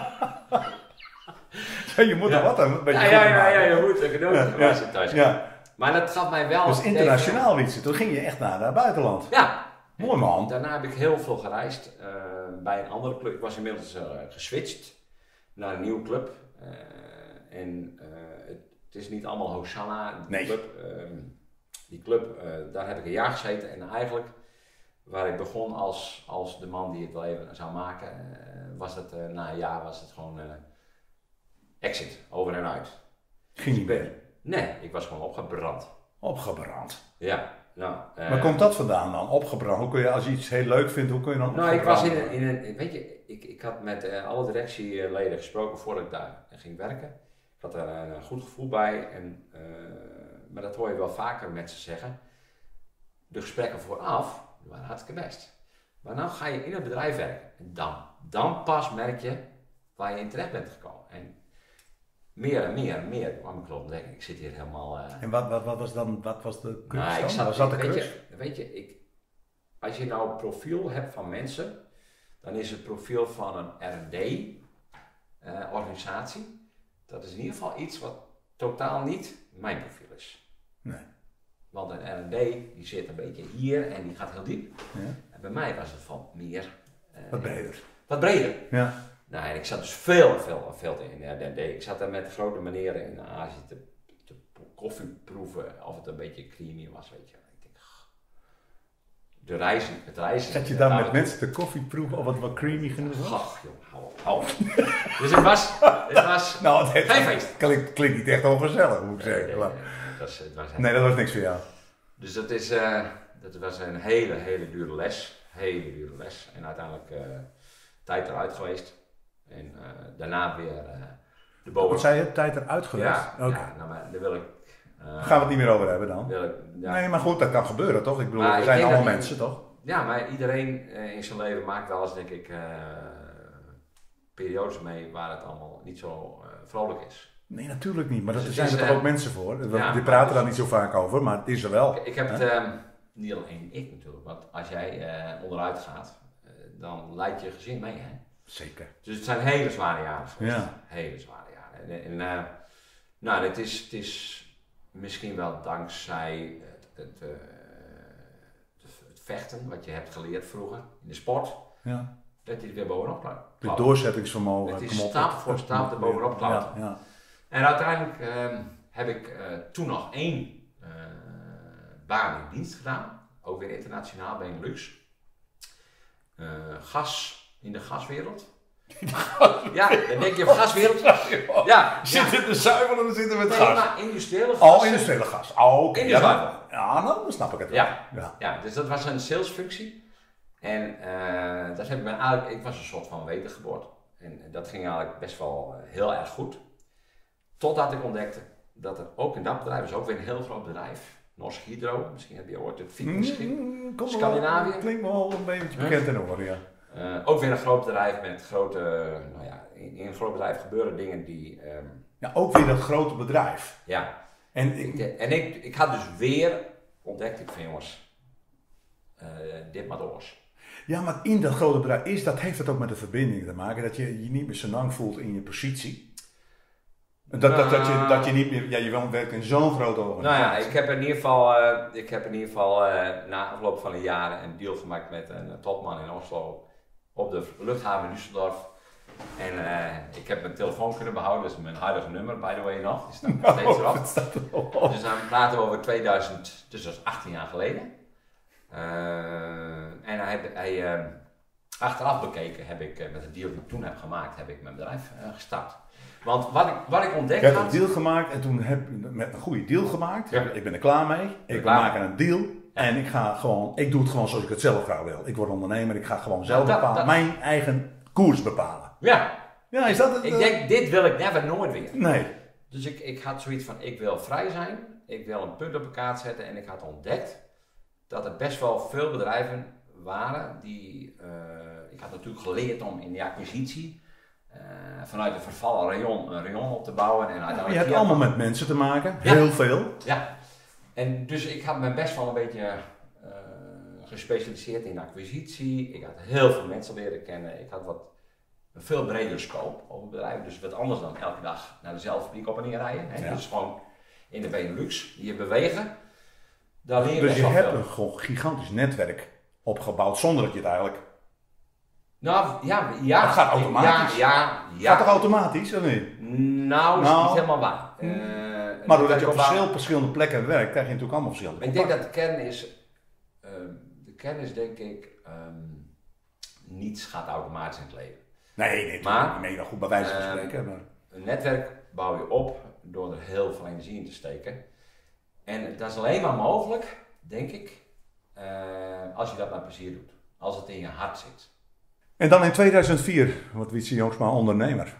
Ja, je moet er ja. wat een beetje ja, ja, ja, ja, je moet er genoeg ja, ja. thuis. Ja. Maar dat gaf mij wel... Dus internationaal iets. Toen ging je echt naar het buitenland. Ja. Mooi man. Daarna heb ik heel veel gereisd uh, bij een andere club. Ik was inmiddels uh, geswitcht naar een nieuwe club. Uh, en uh, het, het is niet allemaal Hosanna. Die nee. club, uh, die club uh, daar heb ik een jaar gezeten. En eigenlijk, waar ik begon als, als de man die het wel even zou maken, uh, was het uh, na een jaar was het gewoon uh, exit, over en uit. Ging niet meer? Nee, ik was gewoon opgebrand. Opgebrand? Ja. Nou, uh, Waar komt dat vandaan dan? Opgebrand? Hoe kun je, als je iets heel leuk vindt, hoe kun je dan Nou, ik was in een, in een, weet je, ik, ik had met uh, alle directieleden gesproken voordat ik daar ging werken. Ik had er een, een goed gevoel bij, en, uh, maar dat hoor je wel vaker mensen zeggen. de gesprekken vooraf waren hartstikke best. Maar dan ga je in het bedrijf werken. En dan, dan pas merk je waar je in terecht bent gekomen. En meer en meer en meer kwam ik erop ontdekken. Ik zit hier helemaal... Uh... En wat, wat, wat was dan, wat was de crux nou, dan? Ik zat, was dat de weet crux? Je, weet je, ik, als je nou een profiel hebt van mensen, dan is het profiel van een R en D-organisatie. Uh, dat is in ieder geval iets wat totaal niet mijn profiel is. Nee. Want een R en D die zit een beetje hier en die gaat heel diep. Ja. En bij mij was het van meer... Uh, wat breder. Wat breder. Ja. Nou, en ik zat dus veel, veel, veel in R en D. Ik zat daar met grote meneren in Azië te, te koffieproeven of het een beetje creamy was, weet je. Ik denk, de reizen, het reizen. Zat je dan met mensen te koffie proeven of wat wat creamy genoeg was? Ach, joh, hou op, hou op. Dus het was, het was nou, het geen feest. Klinkt, klinkt niet echt ongezellig, moet ik zeggen. Nee, nee, nee, dat was, het was nee, dat was niks voor jou. Dus dat, is, uh, dat was een hele, hele dure les. Hele dure les. En uiteindelijk uh, tijd eruit geweest. En uh, daarna weer uh, de boven. Wat zei je? Tijd eruit geweest? Ja, okay. ja nou, maar daar wil ik... Uh, Gaan we het niet meer over hebben dan? Wil ik, ja. Nee, maar goed, dat kan gebeuren toch? Ik bedoel, maar we ik zijn allemaal dat, mensen toch? Ja, maar iedereen uh, in zijn leven maakt wel eens, denk ik, uh, periodes mee waar het allemaal niet zo uh, vrolijk is. Nee, natuurlijk niet. Maar dus daar zijn is, er toch uh, ook mensen voor. We ja, praten dus, daar niet zo vaak over, maar het is er wel. Ik, ik heb het, uh, niet alleen ik natuurlijk, want als jij uh, onderuit gaat, uh, dan leidt je gezin mee, hè? Zeker. Dus het zijn hele zware jaren geweest. Ja. Hele zware jaren. En, en uh, nou, het is, het is misschien wel dankzij het, het, uh, het vechten wat je hebt geleerd vroeger in de sport, ja. dat je er weer bovenop klapt. Het doorzettingsvermogen. Het is stap voor stap er bovenop klapt. Ja, ja. En uiteindelijk uh, heb ik uh, toen nog één uh, baan in dienst gedaan, ook weer internationaal bij Benelux. Uh, gas in de gaswereld. Ja, dan denk je op gaswereld. Ja, zit in de zuivel en dan zitten we met nee, gas. Maar industriële gas. Oh, industriële gas. Oh, oké. Okay. Ja, ja, nou, dan snap ik het wel. Ja. Ja. Ja, dus dat was een salesfunctie. En uh, dat heb ik me eigenlijk, ik was een soort van wedergeboorte. En dat ging eigenlijk best wel uh, heel erg goed. Totdat ik ontdekte dat er ook in dat bedrijf, is ook weer een heel groot bedrijf, Norsk Hydro, misschien heb je ooit het fietsschip, mm, Scandinavië. Klinkt me wel een beetje bekend in oren, ja. Uh, ook weer een groot bedrijf met grote, nou ja, in, in een groot bedrijf gebeuren dingen die... Um, ja, ook weer dat grote bedrijf. Ja. En ik, ik, en ik, ik had dus weer ontdekt, ik van jongens, uh, dit maar doors. Ja, maar in dat grote bedrijf, is dat, heeft dat ook met de verbinding te maken, dat je je niet meer zo lang voelt in je positie? Dat, dat, dat, je, dat je niet meer, ja, je werkt in zo'n grote organisatie. Nou ja, ik heb in ieder geval, uh, ik heb in ieder geval uh, na afloop van een jaar een deal gemaakt met een uh, topman in Oslo op de luchthaven in Düsseldorf. En uh, ik heb mijn telefoon kunnen behouden, dat is mijn huidige nummer, by the way nog. Die staat nog steeds erop. Oh, staat erop. Dus dan praten we over tweeduizend, dus dat is achttien jaar geleden. Uh, en hij, hij, uh, achteraf bekeken heb ik, uh, met de deal die ik toen heb gemaakt, heb ik mijn bedrijf uh, gestart. Want wat ik, wat ik ontdekt had... Je hebt een deal gemaakt en toen heb je met een goede deal gemaakt. Ja. Ik ben er klaar mee. Ik maak een deal. Ja. En ik ga gewoon, ik doe het gewoon zoals ik het zelf graag wil. Ik word ondernemer, ik ga gewoon zelf dat, bepalen. Dat, mijn eigen koers bepalen. Ja. Ja, is dat het? Ik denk, dit wil ik never nooit weer. Nee. Dus ik, ik had zoiets van, ik wil vrij zijn. Ik wil een punt op een kaart zetten. En ik had ontdekt dat er best wel veel bedrijven waren die... Uh, ik had natuurlijk geleerd om in die acquisitie... Uh, vanuit een vervallen rayon een rayon op te bouwen. En uiteindelijk je hebt via... allemaal met mensen te maken, ja. heel veel. Ja, en dus ik had me best wel een beetje uh, gespecialiseerd in acquisitie. Ik had heel veel mensen leren kennen. Ik had wat een veel bredere scope over bedrijven. Dus wat anders dan elke dag naar dezelfde fabriek op en neer rijden. Hè? Ja. Dus gewoon in de Benelux, hier bewegen. Daar leer je dus best je wel hebt veel. een gigantisch netwerk opgebouwd zonder dat je het eigenlijk... Nou ja, ja. Het gaat automatisch. Ja, ja, ja. Gaat toch automatisch of niet? Nou, is nou, niet helemaal waar. Hm. Uh, maar doordat je op verschil, verschillende plekken werkt, krijg je natuurlijk allemaal verschillende Ik denk dat de kern is, uh, de kern is denk ik, um, niets gaat automatisch in het leven. Nee, nee, maar, nee, dat goed bij wijze van uh, spreken. Maar... Een netwerk bouw je op door er heel veel energie in te steken. En dat is alleen maar mogelijk, denk ik, uh, als je dat met plezier doet. Als het in je hart zit. En dan in tweeduizend vier wordt Wietse Jongsma ondernemer.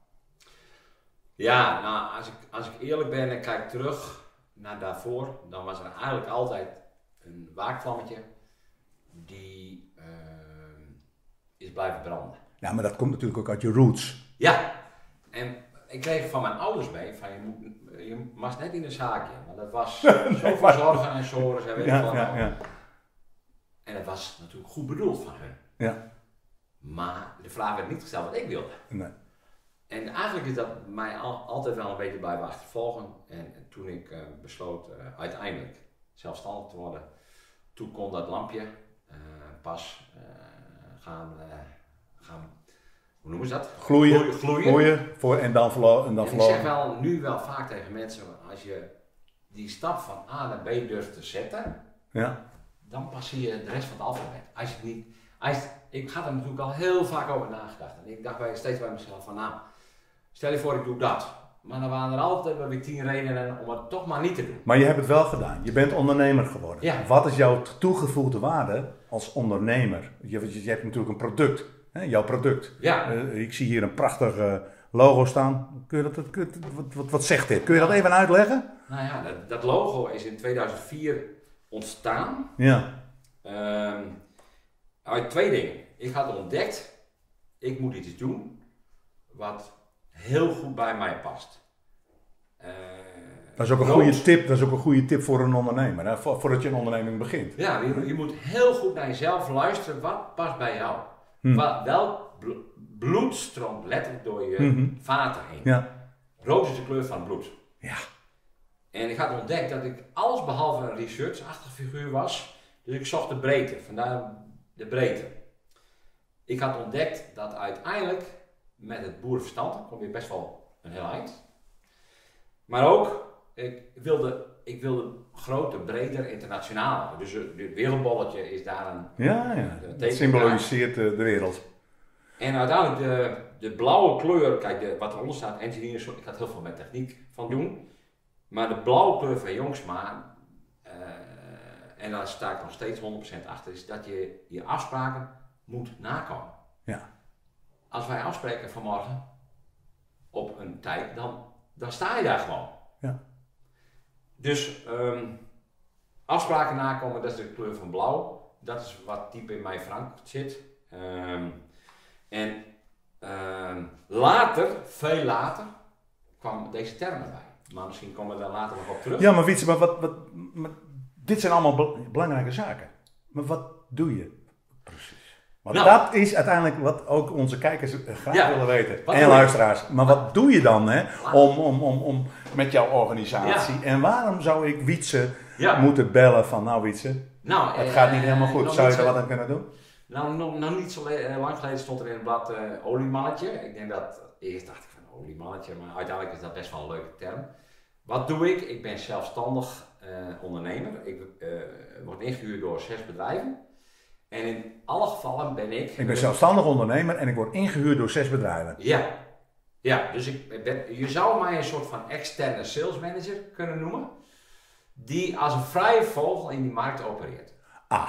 Ja, nou, als ik, als ik eerlijk ben en kijk terug naar daarvoor, dan was er eigenlijk altijd een waakvlammetje die uh, is blijven branden. Ja, maar dat komt natuurlijk ook uit je roots. Ja, en ik kreeg van mijn ouders mee van je, moet, je mag net in de zaakje, want dat was zoveel zorgen en zorgen en weet je Ja, wat. ja, ja. En dat was natuurlijk goed bedoeld van hen. Ja. Maar de vraag werd niet gesteld wat ik wilde. Nee. En eigenlijk is dat mij al, altijd wel een beetje blijven achtervolgen. En, en toen ik uh, besloot uh, uiteindelijk zelfstandig te worden, toen kon dat lampje uh, pas uh, gaan, uh, gaan, hoe noemen ze dat? Gloeien, gloeien. gloeien. gloeien voor, en dan verloren. En dan en ik verloren. zeg wel, nu wel vaak tegen mensen, als je die stap van A naar B durft te zetten, ja. dan pas zie je de rest van het alfabet. Als je het niet, als je, ik had er natuurlijk al heel vaak over nagedacht. En ik dacht bij, steeds bij mezelf van, nou, stel je voor ik doe dat. Maar dan waren er altijd wel weer tien redenen om het toch maar niet te doen. Maar je hebt het wel gedaan. Je bent ondernemer geworden. Ja. Wat is jouw toegevoegde waarde als ondernemer? Je, je hebt natuurlijk een product. Hè? Jouw product. Ja. Uh, ik zie hier een prachtig uh, logo staan. Kun je dat, kun je, wat, wat, wat zegt dit? Kun je dat even uitleggen? Nou ja, dat, dat logo is in tweeduizend vier ontstaan. Ja. Um, uit twee dingen. Ik had ontdekt, ik moet iets doen wat heel goed bij mij past. Uh, Dat is ook een goede tip. Dat is ook een goede tip voor een ondernemer. Hè? Voordat je een onderneming begint. Ja, je, je moet heel goed naar jezelf luisteren. Wat past bij jou? Hmm. Wat, welk bloed stroomt letterlijk door je mm-hmm. vaten heen? Ja. Rood is de kleur van het bloed. Ja. En ik had ontdekt dat ik alles behalve een research-achtige figuur was. Dus ik zocht de breedte. Vandaar de breedte. Ik had ontdekt dat uiteindelijk met het boerenverstand kom je best wel een heel eind. Maar ook, ik wilde, ik wilde groter, breder, internationaal. Dus het wereldbolletje is daar een Ja, ja. Het symboliseert de, de wereld. En uiteindelijk de, de blauwe kleur, kijk de, wat eronder staat, engineers, ik had heel veel met techniek van doen. Maar de blauwe kleur van Jongsma, uh, en daar sta ik nog steeds honderd procent achter, is dat je je afspraken moet nakomen. Ja. Als wij afspreken vanmorgen op een tijd, dan, dan sta je daar gewoon. Ja. Dus um, afspraken nakomen, dat is de kleur van blauw. Dat is wat diep in mij verankerd zit. Um, en um, later, veel later, kwam deze term erbij. Maar misschien komen we daar later nog op terug. Ja, maar Wietse, maar wat, wat, maar dit zijn allemaal be- belangrijke zaken. Maar wat doe je precies? Want nou, dat is uiteindelijk wat ook onze kijkers graag ja, willen weten. En luisteraars. Maar wat, wat doe je dan hè, om, om, om, om met jouw organisatie? Ja. En waarom zou ik Wietse ja. moeten bellen van nou Wietse, nou, het eh, gaat niet helemaal goed. Zou je er zo, wat aan kunnen doen? Nou, nog, nog niet zo le- lang geleden stond er in het blad uh, oliemannetje. Ik denk dat, eerst dacht ik van oliemannetje, maar uiteindelijk is dat best wel een leuke term. Wat doe ik? Ik ben zelfstandig uh, ondernemer. Ik uh, word ingehuurd door zes bedrijven. En in alle gevallen ben ik... Ik ben zelfstandig ondernemer en ik word ingehuurd door zes bedrijven. Ja. Ja, dus ik ben, je zou mij een soort van externe sales manager kunnen noemen. Die als een vrije vogel in die markt opereert. Ah.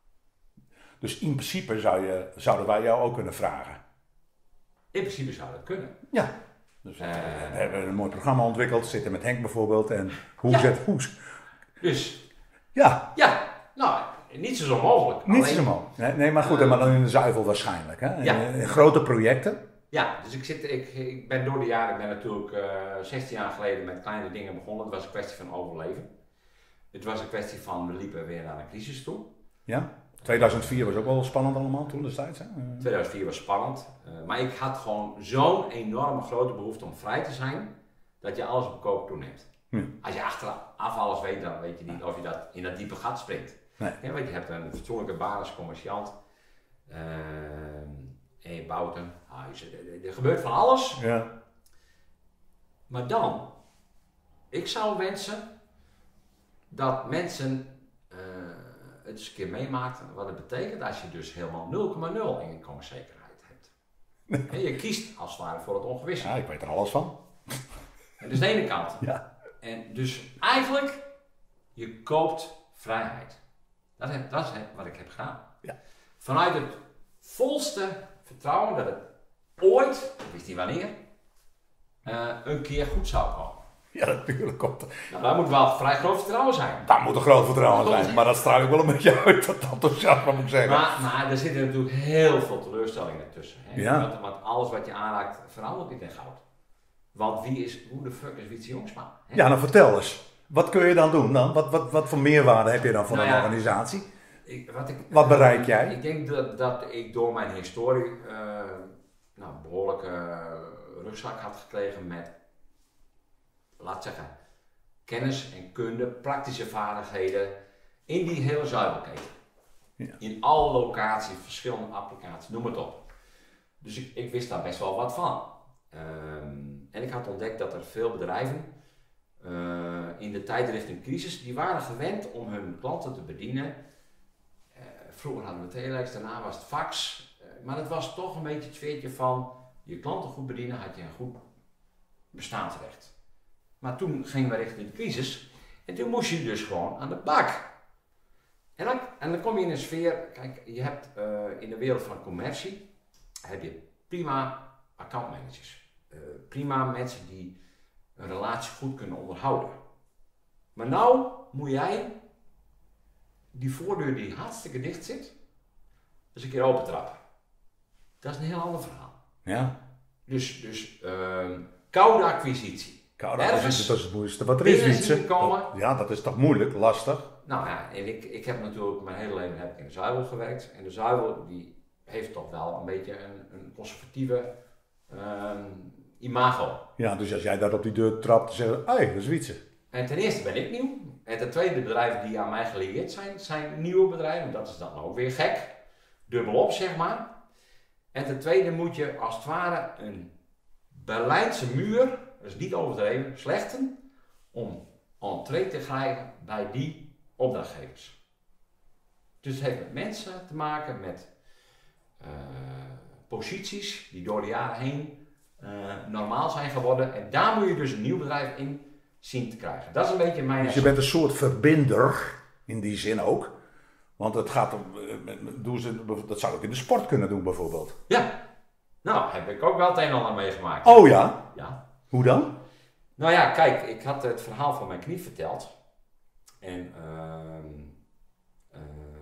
Dus in principe zou je, zouden wij jou ook kunnen vragen. In principe zou dat kunnen. Ja. Dus uh, we hebben een mooi programma ontwikkeld. Zitten met Henk bijvoorbeeld. En hoe ja. zet hoes. Dus. Ja. Ja. Nou, niet zo onmogelijk. Niet zo mogelijk. Nee, nee, maar goed. Uh, maar dan in de zuivel waarschijnlijk. Hè? Ja. In, in grote projecten. Ja. Dus ik zit. Ik, ik ben door de jaren. Ik ben natuurlijk uh, zestien jaar geleden met kleine dingen begonnen. Het was een kwestie van overleven. Het was een kwestie van. We liepen weer naar een crisis toe. Ja. tweeduizend vier was ook wel spannend allemaal toen destijds. Hè? tweeduizend vier was spannend, uh, maar ik had gewoon zo'n enorme grote behoefte om vrij te zijn, dat je alles op koop toeneemt. Ja. Als je achteraf alles weet, dan weet je niet of je dat in dat diepe gat springt. Nee. Ja, want je hebt een fatsoenlijke baan als commerciant, uh, en je bouwt een huis, er, er gebeurt van alles. Ja. Maar dan, ik zou wensen dat mensen het eens een keer meemaakt wat het betekent als je dus helemaal nul komma nul inkomenszekerheid hebt. En je kiest als het ware voor het ongewisse. Ja, ik weet er alles van. En dat is de ene kant. Ja. En dus eigenlijk, je koopt vrijheid. Dat, heb, dat is wat ik heb gedaan. Ja. Vanuit het volste vertrouwen dat het ooit, ik wist niet wanneer, uh, een keer goed zou komen. Ja, natuurlijk komt er. Nou, daar moet wel vrij groot vertrouwen zijn. Daar moet een groot vertrouwen zijn, maar dat straal ik wel een beetje uit, dat enthousiasme moet ik zeggen. Maar, maar er zitten natuurlijk heel veel teleurstellingen tussen. Hè? Ja. Want, want alles wat je aanraakt verandert niet in goud. Want wie is, hoe de fuck is Wietse Jongsma? Hè? Ja, nou vertel eens. Wat kun je dan doen dan? Wat, wat, wat voor meerwaarde heb je dan voor Nou een ja, organisatie? Ik, wat, ik, Wat bereik jij? Ik denk dat, dat ik door mijn historie uh, nou, een behoorlijke uh, rugzak had gekregen met, laat zeggen, kennis en kunde, praktische vaardigheden in die hele zuivelketen. Ja. In alle locaties, verschillende applicaties, noem het op. Dus ik, ik wist daar best wel wat van. Um, en ik had ontdekt dat er veel bedrijven uh, in de tijd richting crisis, die waren gewend om hun klanten te bedienen. Uh, vroeger hadden we telex, daarna was het fax. Uh, maar het was toch een beetje het sfeertje van je klanten goed bedienen, had je een goed bestaansrecht. Maar toen gingen we richting de crisis en toen moest je dus gewoon aan de bak. En dan, en dan kom je in een sfeer, kijk, je hebt uh, in de wereld van commercie, heb je prima accountmanagers. Uh, prima mensen die een relatie goed kunnen onderhouden. Maar nou moet jij die voordeur die hartstikke dicht zit, dus een keer open trappen. Dat is een heel ander verhaal. Ja. Dus, dus uh, koude acquisitie. Koude acquisitie, dat is het moeilijkste wat er is, Wietse. Ja, dat is toch moeilijk, lastig? Nou ja, en ik, ik heb natuurlijk mijn hele leven heb ik in de zuivel gewerkt. En de zuivel die heeft toch wel een beetje een, een conservatieve um, imago. Ja, dus als jij daar op die deur trapt, dan zeggen hé, hey, dat is Wietse. En ten eerste ben ik nieuw. En ten tweede, de bedrijven die aan mij gelieerd zijn, zijn nieuwe bedrijven. Dat is dan ook weer gek. Dubbelop, zeg maar. En ten tweede moet je als het ware een Berlijnse muur, dat is niet overdreven, slechten, om entree te krijgen bij die opdrachtgevers. Dus het heeft met mensen te maken, met uh, posities die door de jaren heen uh, normaal zijn geworden. En daar moet je dus een nieuw bedrijf in zien te krijgen. Dat is een beetje mijn... Dus je bent een soort verbinder, in die zin ook. Want het gaat om, doen ze, dat zou ik in de sport kunnen doen bijvoorbeeld. Ja, nou heb ik ook wel het een en ander meegemaakt. Oh ja? Ja. Hoe dan? Nou ja, kijk, ik had het verhaal van mijn knie verteld. En uh, uh,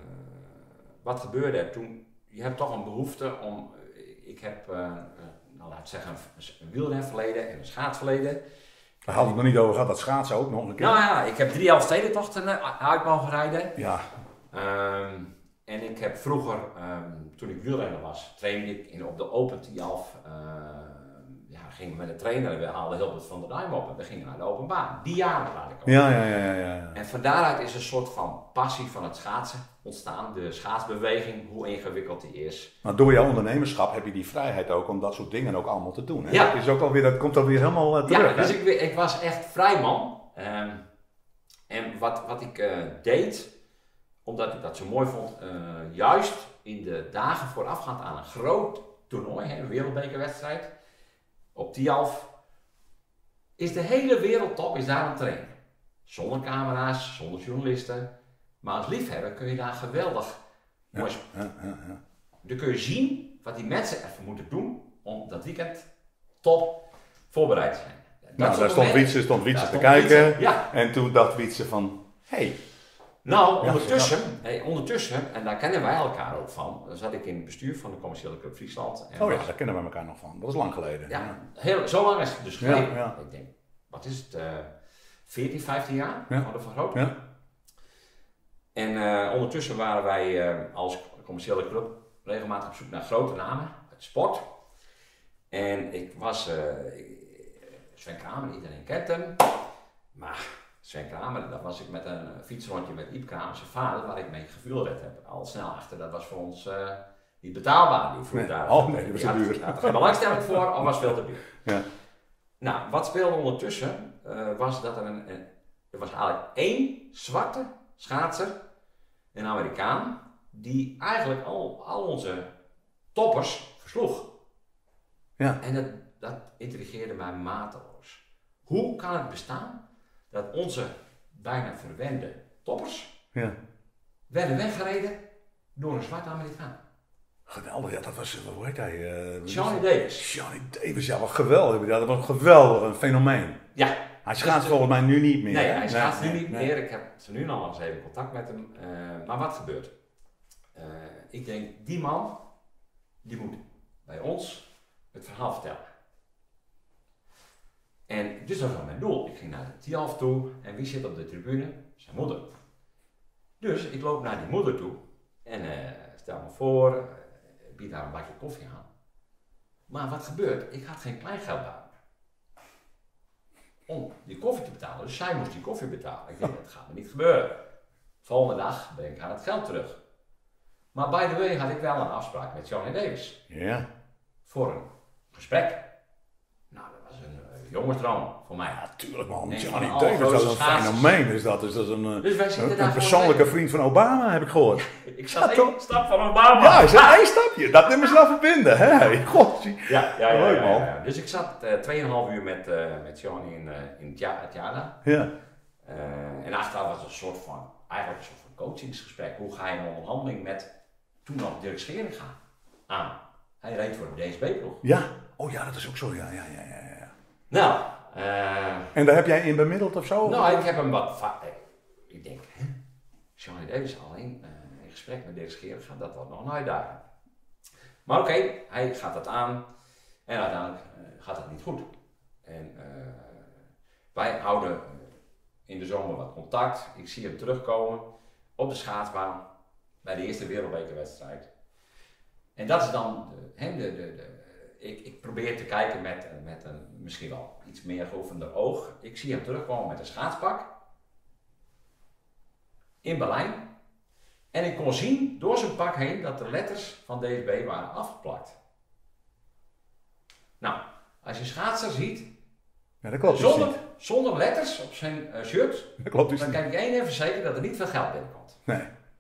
wat gebeurde er toen? Je hebt toch een behoefte om, ik heb, uh, uh, nou laat ik zeggen, een wielrenverleden en een schaatsverleden. Daar hadden we het nog niet over gehad, dat schaatsen ook nog een keer. Nou ja, ik heb drie Elfstedentochten uit mogen rijden. Ja. Um, en ik heb vroeger, um, toen ik wielrenner was, trainde ik in, op de Open Tialf. Uh, ja, gingen we met de trainer, we haalden Hilbert van der Duim op en we gingen naar de openbaan. Die jaren praat ik over. Ja, ja, ja, ja, ja. En van daaruit is een soort van passie van het schaatsen ontstaan. De schaatsbeweging, hoe ingewikkeld die is. Maar door jouw ondernemerschap heb je die vrijheid ook om dat soort dingen ook allemaal te doen. Hè? Ja. Dat, is ook alweer, dat komt alweer helemaal uh, terug. Ja, dus ik, ik was echt vrijman. Um, en wat, wat ik uh, deed, omdat ik dat zo mooi vond, uh, juist in de dagen voorafgaand aan een groot toernooi, hè, een wereldbekerwedstrijd, op Tialf, is de hele wereldtop is daar aan het trainen. Zonder camera's, zonder journalisten. Maar als liefhebber kun je daar geweldig ja, mooi ja, ja, ja. Dan kun je zien wat die mensen even moeten doen om dat weekend top voorbereid te zijn. Dat nou, daar stond Wietse, stond Wietse te kijken. Wietse, ja. En toen dacht Wietse van, hé. Hey. Nou, ondertussen, hey, ondertussen, en daar kennen wij elkaar ook van, dan zat ik in het bestuur van de Commerciële Club Friesland. En oh ja, was, daar kennen we elkaar nog van. Dat is lang geleden. Ja, ja. Heel, zo lang is het dus geleden. Ja, ja. Ik denk, wat is het, uh, veertien, vijftien jaar? Ja. Hadden we vergroot. Ja. En uh, ondertussen waren wij uh, als commerciële club regelmatig op zoek naar grote namen uit de sport. En ik was, uh, Sven Kramer, iedereen kent hem, maar Sven Kramer, daar was ik met een fietsrondje met Iep Kramer, zijn vader, waar ik mee gevuurd heb, al snel achter. Dat was voor ons uh, niet betaalbaar. Die voer nee. daar. Oh nee, dat was te duur. Ik had er geen belangstelling voor, of was veel te duur. Ja. Nou, wat speelde ondertussen, uh, was dat er een, een, er was eigenlijk één zwarte schaatser, een Amerikaan, die eigenlijk al, al onze toppers versloeg. Ja. En dat, dat intrigeerde mij mateloos. Hoe kan het bestaan dat onze bijna verwende toppers ja. werden weggereden door een zwarte Amerikaan? Geweldig, ja, dat was, hoe heet hij? Uh, Johnny Davis. Johnny Davis, ja, wat geweldig. Ja, dat was geweldig, een fenomeen. Ja. Hij schaatst dus, volgens mij nu niet meer. Nee, hè? hij schaatst nee, nu niet nee. meer. Ik heb ze nu nog eens even contact met hem. Uh, maar wat gebeurt? Uh, ik denk, die man, die moet bij ons het verhaal vertellen. En dus dat was mijn doel. Ik ging naar de Tialf toe en wie zit op de tribune? Zijn moeder. Dus ik loop naar die moeder toe en uh, stel me voor, uh, bied haar een bakje koffie aan. Maar wat gebeurt? Ik had geen kleingeld bij me om die koffie te betalen. Dus zij moest die koffie betalen. Ik denk, dat gaat me niet gebeuren. Volgende dag breng ik haar het geld terug. Maar by the way had ik wel een afspraak met Johnny Davis. Ja. Voor een gesprek. Nou, dat was een uh, jongensdroom voor mij. Ja, tuurlijk man. Nee, Johnny van Davis, dat is een schaatsers. fenomeen. Is dat. Dus dat is een, uh, Dus wij zitten een, daar een gewoon persoonlijke mee. vriend van Obama, heb ik gehoord. Ik zat Ja, één toch? stap van Obama. Ja, is dat één stapje? Dat nemen ze nou verbinden, hè? God, zie- Ja, ja, ja, Leuk, ja, man. ja, ja. Dus ik zat uh, tweeënhalf uur met, uh, met Johnny in, uh, in Tjada. Ja. Uh, en achteraf was het een soort van, eigenlijk een soort van coachingsgesprek. Hoe ga je een onderhandeling met toen nog Dirk Scheringa aan? Hij reed voor de D S B-ploeg. Ja. Oh ja, dat is ook zo, ja, ja, ja, ja. ja. Nou, uh, En daar heb jij in bemiddeld of zo? nou, ik heb hem wat va- ik denk, hè? Johnny Davis alleen uh, in gesprek met Dirk Scheringa, dat wordt nog een uitdaging. Maar oké, okay, hij gaat dat aan en uiteindelijk uh, gaat het niet goed. En uh, wij houden uh, in de zomer wat contact. Ik zie hem terugkomen op de schaatsbaan bij de eerste wereldbekerwedstrijd. En dat is dan, de, he, de, de, de, ik, ik probeer te kijken met, met een misschien wel iets meer geoefende oog. Ik zie hem terugkomen met een schaatspak in Berlijn. En ik kon zien door zijn pak heen dat de letters van D S B waren afgeplakt. Nou, als je schaatser ziet, Ja, dat klopt dus zonder, niet. zonder letters op zijn uh, shirt, Dat klopt dus dan niet. kan ik één even verzekeren dat er niet veel geld binnenkomt. Nee.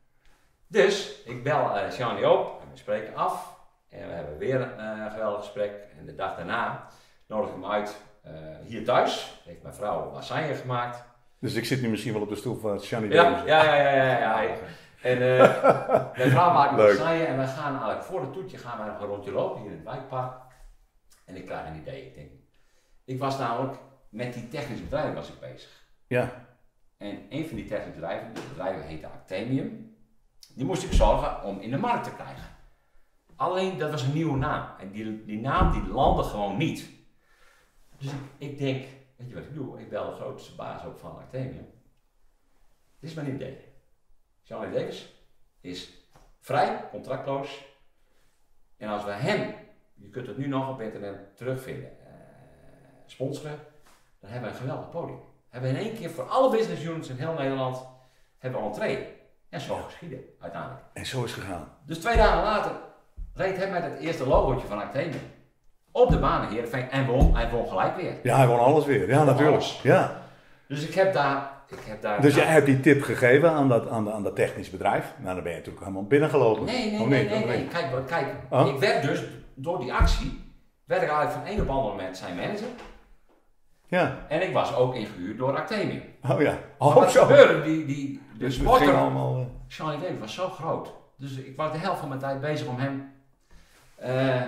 Dus ik bel uh, Johnny op en we spreken af. En we hebben weer een uh, geweldig gesprek. En de dag daarna nodig ik hem uit uh, hier thuis. Heeft mijn vrouw lasagne gemaakt. Dus ik zit nu misschien wel op de stoel van Johnny Ja, Davis. ja, ja, ja, ja, ja. En uh, mijn vrouw maakt een Leuk. lasagne en we gaan eigenlijk voor het toetje gaan we nog een rondje lopen hier in het wijkpark. En ik krijg een idee. Ik denk, ik was namelijk met die technische bedrijven was ik bezig. Ja. En een van die technische bedrijven, die bedrijven heette Actemium, die moest ik zorgen om in de markt te krijgen. Alleen dat was een nieuwe naam en die, die naam die landde gewoon niet. Dus ik, ik denk, weet je wat ik doe? Ik bel de grootste baas op van Actemium. Dit is mijn idee. Johnny Davis is vrij, contractloos. En als we hem, je kunt het nu nog op internet terugvinden, uh, sponsoren, dan hebben we een geweldig podium. Hebben we in één keer voor alle business units in heel Nederland hebben we entree. En zo geschieden uiteindelijk. En zo is het gegaan. Dus twee dagen later reed hij met het eerste logootje van Actemium op de baan hier en won, hij won gelijk weer. Ja, hij won alles weer. Ja, natuurlijk. Alles. Ja. Dus ik heb daar... Ik heb daar Dus jij hebt die tip gegeven aan dat, aan, de, aan dat technisch bedrijf. Nou, dan ben je natuurlijk helemaal binnengelopen. Nee, nee, Oh, nee, niet? nee, Oh, nee. Kijk, wat- kijk Oh. ik werd dus door die actie, werd ik eigenlijk van een op ander moment zijn manager. Ja. En ik was ook ingehuurd door Actemium. Oh ja. Maar Oh, wat zo. gebeurde? Die, die, de Dus het ging sporter, allemaal... uh, Johnny Davis, was zo groot. Dus ik was de helft van mijn tijd bezig om hem, uh,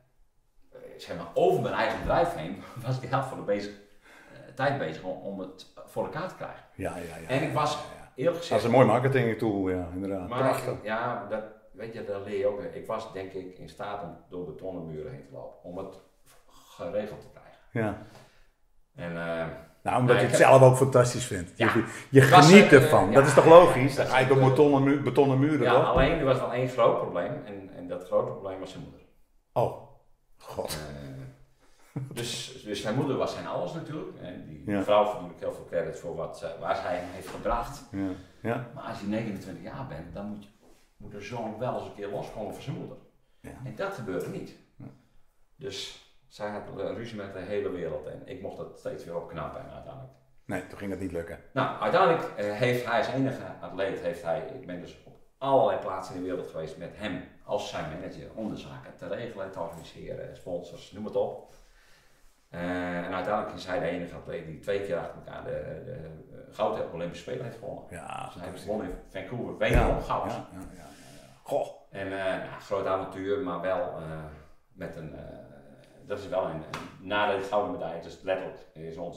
zeg maar, over mijn eigen bedrijf heen, was ik de helft van de bezig, uh, tijd bezig om, om het voor elkaar te krijgen. Ja, ja, ja. En ik was, ja, ja. eerlijk Dat gezegd, is een mooi marketing tool, ja, inderdaad. maar Prachtig. ik- ja, dat, weet je, dat leer je ook. Ik was denk ik in staat om door betonnen muren heen te lopen, om het geregeld te krijgen. Ja. En, uh, Nou, omdat Ja, je ik het heb- zelf ook fantastisch vindt. Ja. Je, je Het was, geniet eh, ervan. ja, dat is toch ja, logisch? ja, Dan ga je door dat is, betonnen, mu- betonnen muren, ja, toch? alleen er was wel één groot probleem en, en dat grote probleem was zijn moeder. Oh, god. Uh, dus, dus zijn moeder was zijn alles natuurlijk. En die Ja. vrouw verdient ook heel veel credit voor wat ze, waar zij hem heeft gebracht. Ja. Ja. Maar als je negenentwintig jaar bent, dan moet, je, moet de zoon wel eens een keer loskomen van zijn moeder. Ja. En dat gebeurde niet. Ja. Dus zij had uh, ruzie met de hele wereld en ik mocht dat steeds weer opknappen en uiteindelijk. Nee, toen ging dat niet lukken. Nou, uiteindelijk uh, heeft hij als enige atleet, heeft hij, ik ben dus op allerlei plaatsen in de wereld geweest met hem als zijn manager om de zaken te regelen, te organiseren, sponsors, noem het op. Uh, en uiteindelijk is hij de enige atleet die twee keer achter elkaar de, de, de goud op de Olympische Spelen heeft gewonnen. Ja, Dus hij fantastisch. won in Vancouver wederom ja, goud. ja, ja, ja, ja. Goh. En uh, nou, groot avontuur, maar wel uh, met een, uh, dat is wel een, een na de gouden medaille, dus letterlijk is onze uh,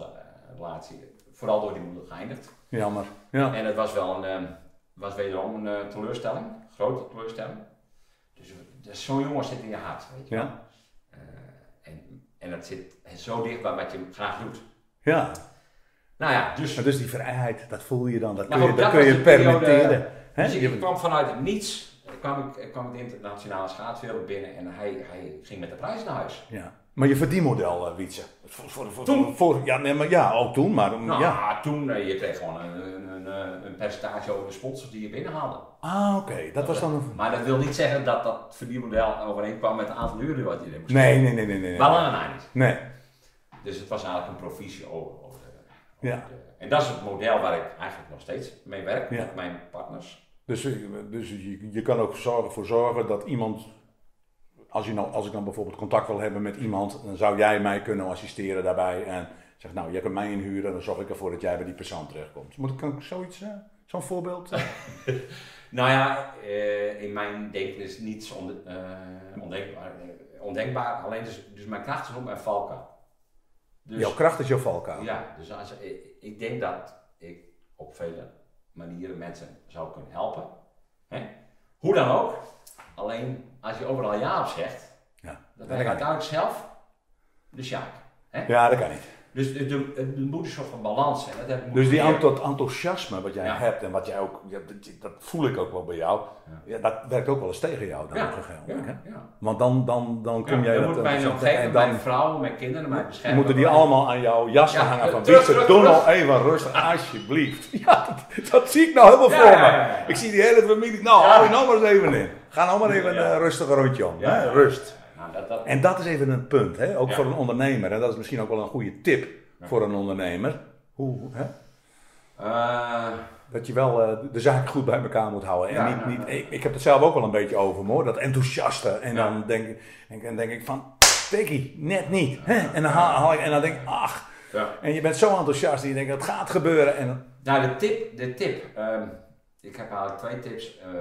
relatie vooral door die moeder geëindigd. Jammer. Ja. En het was wel een, um, was wederom een uh, teleurstelling, grote teleurstelling. Dus, dus zo'n jongen zit in je hart, weet je wel. Ja. Uh, en, en dat zit zo dicht bij wat je graag doet. Ja. Nou ja, dus... Maar dus die vrijheid, dat voel je dan, dat Nou, kun je, dat dat kun je permitteren. Dus ik, ik kwam vanuit het niets, kwam ik kwam de internationale schaatswereld binnen en hij, hij ging met de prijs naar huis. Ja. Maar je verdienmodel, uh, Wietse. Voor, voor, voor, Toen? Voor, ja, nee, maar ja, ook toen. Maar, Nou, ja. toen, uh, je kreeg gewoon een, een, een, een percentage over de sponsors die je binnenhaalde. Ah, oké. Okay. Dat, dat was dan een... Maar dat wil niet zeggen dat dat verdienmodel overeenkwam met het aantal uren wat je er moest Nee, nee, nee, nee, nee. Maar lang en niet. Nee. Dus het was eigenlijk een provisie over, over, de, over ja. de... En dat is het model waar ik eigenlijk nog steeds mee werk, ja. met mijn partners. Dus, dus je, je kan ook zorgen voor zorgen dat iemand... Als, je nou, als ik dan bijvoorbeeld contact wil hebben met iemand, dan zou jij mij kunnen assisteren daarbij. En zeg, nou, jij kunt mij inhuren, dan zorg ik ervoor dat jij bij die persoon terechtkomt. Moet ik, kan ik zoiets, uh, zo'n voorbeeld? Uh? Nou ja, uh, in mijn denken is niets onde, uh, ondenkbaar, uh, ondenkbaar. Alleen dus, dus mijn kracht is op mijn valkuil. Dus, jouw kracht is jouw valkuil? Ja, dus als, ik, ik denk dat ik op vele manieren mensen zou kunnen helpen. Hè? Hoe dan ook. Alleen als je overal ja op zegt, ja, dan ben je uiteindelijk zelf de sjaak. Hè? Ja, dat kan niet. Dus er moet een soort van balans zijn. Dat heb ik dus die dat enthousiasme wat jij ja. hebt en wat jij ook, ja, dat, dat voel ik ook wel bij jou, ja. Ja, dat werkt ook wel eens tegen jou dan ja. op een gegeven moment. Ja. Ja. Want dan, dan, dan kom ja, jij... Dan dat, moet mijn omgeving, mijn vrouw, mijn kinderen, mijn bescherming... Moeten die allemaal aan jouw jas ja, hangen van terug, Wietse, doe nou even rustig, alsjeblieft. Ja, dat, dat zie ik nou helemaal ja, voor me. Ja, ja, ja. Ik zie die hele familie, nou hou je nou maar eens even in. Ga nou maar even ja. een rustig rondje om, ja, hè? Ja. Rust. Nou, dat, dat... En dat is even een punt, hè? Ook ja. voor een ondernemer. En dat is misschien ook wel een goede tip ja. voor een ondernemer. Hoe, hè? Uh, dat je wel uh, de zaken goed bij elkaar moet houden. En ja, niet, ja, niet, ja. Ik, ik heb het zelf ook wel een beetje over, hoor. Dat enthousiaste. En ja. dan denk ik, en dan denk ik van, Peggy, net niet. Hè? En, dan haal, haal ik, en dan denk ik, ach. Ja. En je bent zo enthousiast en je denkt, het gaat gebeuren. En... Nou, de tip, de tip. Um, ik heb eigenlijk twee tips. Uh,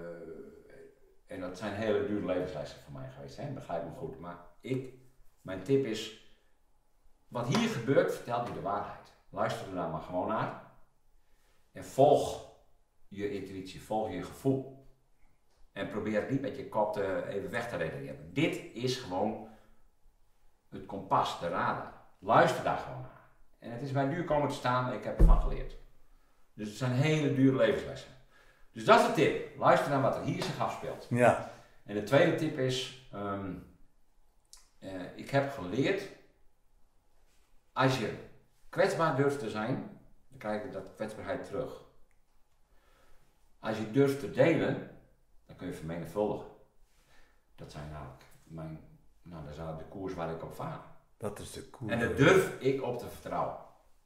en dat zijn hele dure levenslessen voor mij geweest. Hè? Begrijp me goed. Maar ik, mijn tip is, wat hier gebeurt, vertelt je de waarheid. Luister er daar maar gewoon naar. En volg je intuïtie, volg je gevoel. En probeer het niet met je kop te, even weg te redeneren. Dit is gewoon het kompas, de radar. Luister daar gewoon naar. En het is mij duur komen te staan, ik heb ervan geleerd. Dus het zijn hele dure levenslessen. Dus dat is de tip. Luister naar wat er hier zich afspeelt. Ja. En de tweede tip is, um, uh, ik heb geleerd, als je kwetsbaar durft te zijn, dan krijg je dat kwetsbaarheid terug. Als je durft te delen, dan kun je vermenigvuldigen. Dat zijn namelijk mijn, nou dat is eigenlijk de koers waar ik op vaar. Dat is de koers. En daar durf ik op te vertrouwen.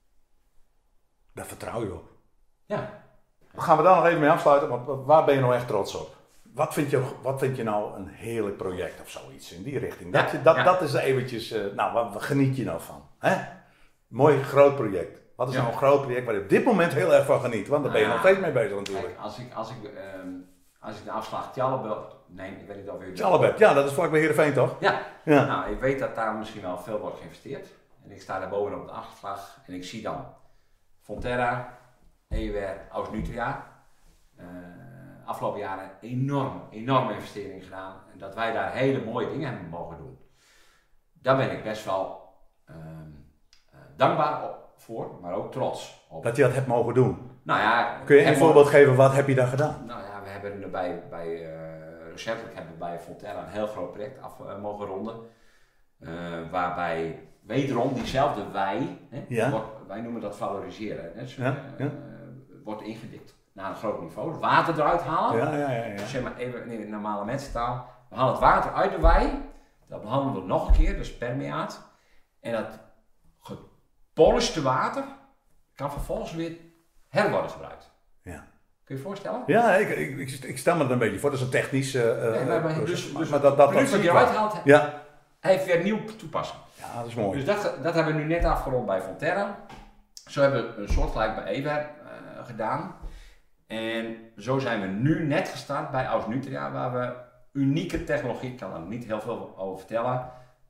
Daar vertrouw je op. Ja. We gaan we daar nog even mee afsluiten, want waar ben je nou echt trots op? Wat vind je, wat vind je nou een heerlijk project of zoiets in die richting? Dat, ja, je, dat, ja. dat is eventjes, uh, nou wat, wat geniet je nou van? Hè? Mooi groot project. Wat is ja. nou een groot project waar je op dit moment heel erg van geniet? Want daar ben je nou, nog steeds mee bezig natuurlijk. Kijk, als ik, als ik, um, als ik de afslag Tjallebelt neem, ik weet niet of u... Tjallebelt, ja dat is vlakbij Heerenveen toch? Ja. ja, nou ik weet dat daar misschien wel veel wordt geïnvesteerd. En ik sta daar boven op de afslag en ik zie dan Fonterra, E W R, Aus-Nutria. Uh, afgelopen jaren enorm, enorme investeringen gedaan. En dat wij daar hele mooie dingen hebben mogen doen. Daar ben ik best wel uh, uh, dankbaar op, voor, maar ook trots op. Dat je dat hebt mogen doen? Nou ja, kun je een voorbeeld geven, wat heb je daar gedaan? Nou ja, we hebben er bij, bij uh, recentelijk hebben we bij Fonterra een heel groot project af uh, mogen ronden. Uh, waarbij wederom diezelfde wij, hè, ja. wordt, wij noemen dat valoriseren, hè, dus, ja, uh, ja. uh, wordt ingedikt naar een groot niveau. Het water eruit halen, ja, ja, ja, ja. Dus zeg maar even in normale mensentaal. We halen het water uit de wei, dat behandelen we nog een keer, dus permeaat. En dat gepoliste water kan vervolgens weer her worden gebruikt. Ja. Kun je je voorstellen? Ja, ik, ik, ik, ik stel me er een beetje voor. Dat is een technisch uh, nee, maar, maar, proces. dus, dus maar dat, dat, wat je eruit haalt, ja. heeft weer nieuw toepassing. Ja, dat is mooi. Dus dat, dat hebben we nu net afgerond bij Fonterra. Zo hebben we een soortgelijk bij E W R uh, gedaan. En zo zijn we nu net gestart bij Aus-Nutria, waar we unieke technologie, ik kan er niet heel veel over vertellen,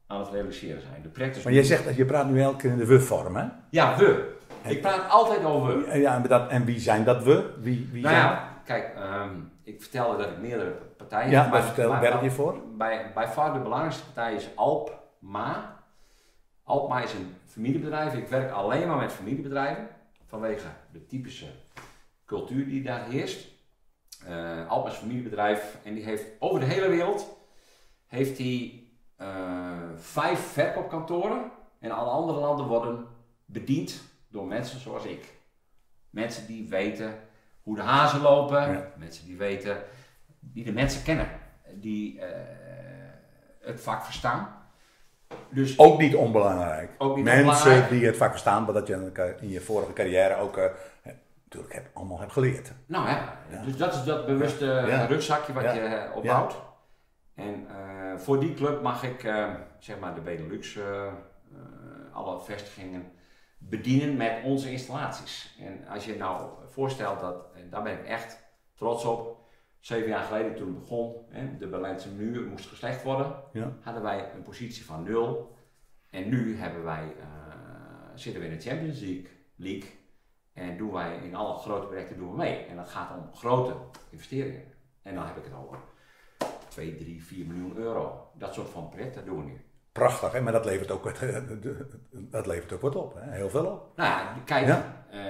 aan het realiseren zijn. De projecten Maar jij zegt dat je praat nu elke keer in de we-vorm, hè? Ja, we. Ik praat altijd over we. Ja, en, dat, en wie zijn dat we? Wie, wie nou zijn... ja, kijk, um, ik vertelde dat ik meerdere partijen... Ja, heb, maar vertel, bij, werk je voor? Bij, bij far de belangrijkste partij is Alpma. Alpma is een familiebedrijf. Ik werk alleen maar met familiebedrijven. Vanwege de typische cultuur die daar heerst. Uh, Alpma is een familiebedrijf en die heeft over de hele wereld heeft hij uh, vijf verkoopkantoren. En alle andere landen worden bediend door mensen zoals ik. Mensen die weten hoe de hazen lopen. Ja. Mensen die weten, die de mensen kennen. Die uh, het vak verstaan. Dus ook niet onbelangrijk. Ook niet mensen onbelangrijk. die het vak verstaan, maar dat je in je vorige carrière ook uh, natuurlijk heb, allemaal hebt geleerd. Nou ja, ja. Dus dat is dat bewuste ja. rugzakje wat ja. je opbouwt. Ja. En uh, voor die club mag ik uh, zeg maar de Benelux, uh, uh, alle vestigingen bedienen met onze installaties. En als je nou voorstelt dat, en daar ben ik echt trots op, zeven jaar geleden toen het begon, hè, de Berlijnse muur moest geslecht worden, ja. hadden wij een positie van nul. En nu hebben wij, uh, zitten we in de Champions League, League en doen wij in alle grote projecten doen we mee. En dat gaat om grote investeringen. En dan heb ik het over twee, drie, vier miljoen euro. Dat soort van projecten doen we nu. Prachtig, hè? Maar dat levert ook, dat levert ook wat op, hè? Heel veel op. Nou ja, kijk, ja. Uh,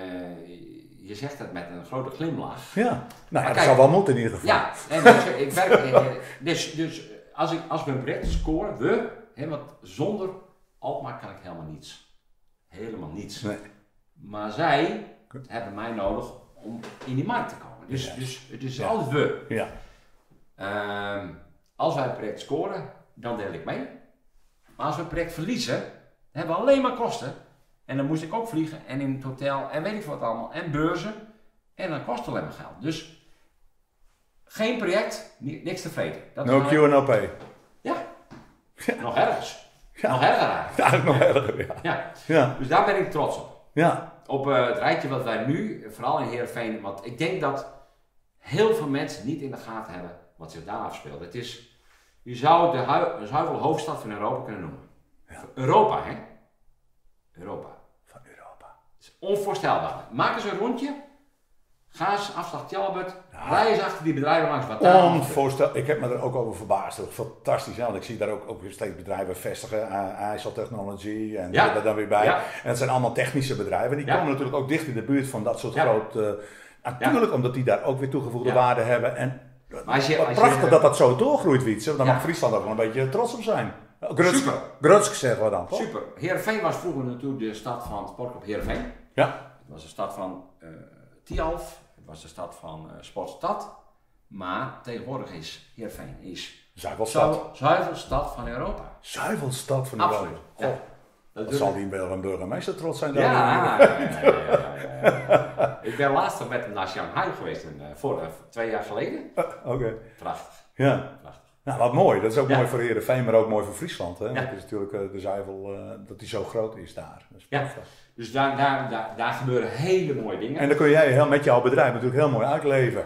je zegt het met een grote glimlach. Ja, nou ja, dat kijk, zal wel moeten in ieder geval. Ja, en dus, ik werk, dus, dus als, ik, als we een project scoren, we, hè, want zonder Alpma kan ik helemaal niets. Helemaal niets. Nee. Maar zij Goed. hebben mij nodig om in die markt te komen. Dus, ja. dus het is ja. altijd we. Ja. Um, als wij een project scoren, dan deel ik mee. Maar als we een project verliezen, dan hebben we alleen maar kosten. En dan moest ik ook vliegen en in het hotel en weet ik wat allemaal. En beurzen. En dan kost het alleen maar geld. Dus geen project, niks te vreten. Dat no Q en no pay. Ja. ja. Nog ergens. Ja. Nog erger eigenlijk. Ja, nog erger, ja. ja. ja. Dus daar ben ik trots op. Ja. Op uh, het rijtje wat wij nu, vooral in Heerenveen, want ik denk dat heel veel mensen niet in de gaten hebben wat zich daar afspeelt. Het is, je zou de, hu- de zuivel hoofdstad van Europa kunnen noemen. Ja. Europa, hè? Europa. Van Europa. Dat is onvoorstelbaar. Maak eens een rondje. Ga eens afslag Tjalbert. Ja. Rij eens achter die bedrijven langs. Wat daar onvoorstelbaar. Ik heb me er ook over verbaasd. Dat is fantastisch. Ja, want ik zie daar ook, ook steeds bedrijven vestigen. Uh, I S O Technology en ja. daar dan weer bij. Ja. En het zijn allemaal technische bedrijven. Die ja. komen natuurlijk ook dicht in de buurt van dat soort ja. grote... Uh, natuurlijk ja. omdat die daar ook weer toegevoegde ja. waarde hebben. En maar als je, wat als prachtig je, dat dat zo doorgroeit, Wietse. Dan ja. mag Friesland ook wel een beetje trots op zijn. Grutsk, Grutsk zeggen we dan, toch? Super. Heerenveen was vroeger natuurlijk de stad van Sportclub Heerenveen. Ja. Het was de stad van uh, Tialf. Het was de stad van uh, Sportstad. Maar tegenwoordig is Heerenveen is zuivelstad. Zuivelstad van Europa. Zuivelstad van Europa. Absoluut. Ja. Dat, dat zal die wel een burgemeester trots zijn. Ja, ja, ja, ja, ja, ja, ja. Ik ben laatst met hem naar Shanghai geweest, en, uh, voor, uh, twee jaar geleden. Uh, Oké. Okay. Prachtig. Ja. Prachtig. Nou, wat mooi. Dat is ook ja. mooi voor Heerenveen, maar ook mooi voor Friesland. Hè? Ja. Dat is natuurlijk uh, de zuivel, uh, dat die zo groot is daar. Dat is prachtig. Ja. Dus daar, daar, daar, daar gebeuren hele mooie dingen. En dan kun jij heel, met jouw bedrijf natuurlijk heel mooi uitleven.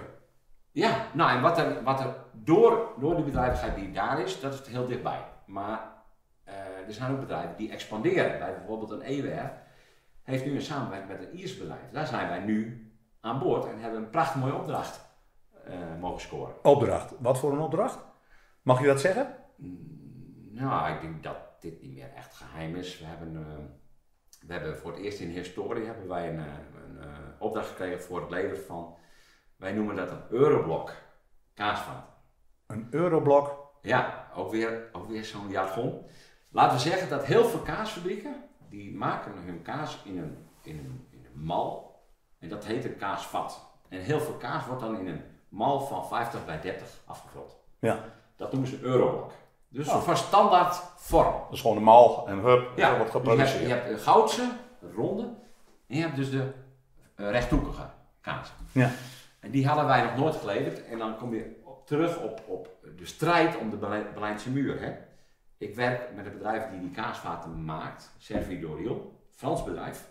Ja, nou en wat er, wat er door, door die bedrijvigheid die daar is, dat is heel dichtbij. Maar uh, er zijn ook bedrijven die expanderen. Bij bijvoorbeeld een E W R heeft nu een samenwerking met een Iers bedrijf. Daar zijn wij nu aan boord en hebben een prachtig mooie opdracht uh, mogen scoren. Opdracht? Wat voor een opdracht? Mag je dat zeggen? Mm, nou, ik denk dat dit niet meer echt geheim is. We hebben, uh, we hebben voor het eerst in de historie hebben wij een, een uh, opdracht gekregen voor het leveren van, wij noemen dat een Euroblok kaasvat. Een Euroblok? Ja, ook weer, ook weer zo'n jargon. Laten we zeggen dat heel veel kaasfabrieken, die maken hun kaas in een, in een, in een mal. En dat heet een kaasvat. En heel veel kaas wordt dan in een mal van vijftig bij dertig afgevuld. Ja. Dat noemen ze Euroblok. Dus oh. van standaard vorm. Dat is gewoon een mal en hup, ja. dat wordt geproduceerd. Je hebt, je hebt de goudse, de ronde, en je hebt dus de uh, rechthoekige kaas. Ja. En die hadden wij nog nooit geleverd. En dan kom je op, terug op, op de strijd om de Berlijnse muur. Hè. Ik werk met een bedrijf die die kaasvaten maakt, Servidoril, Frans bedrijf,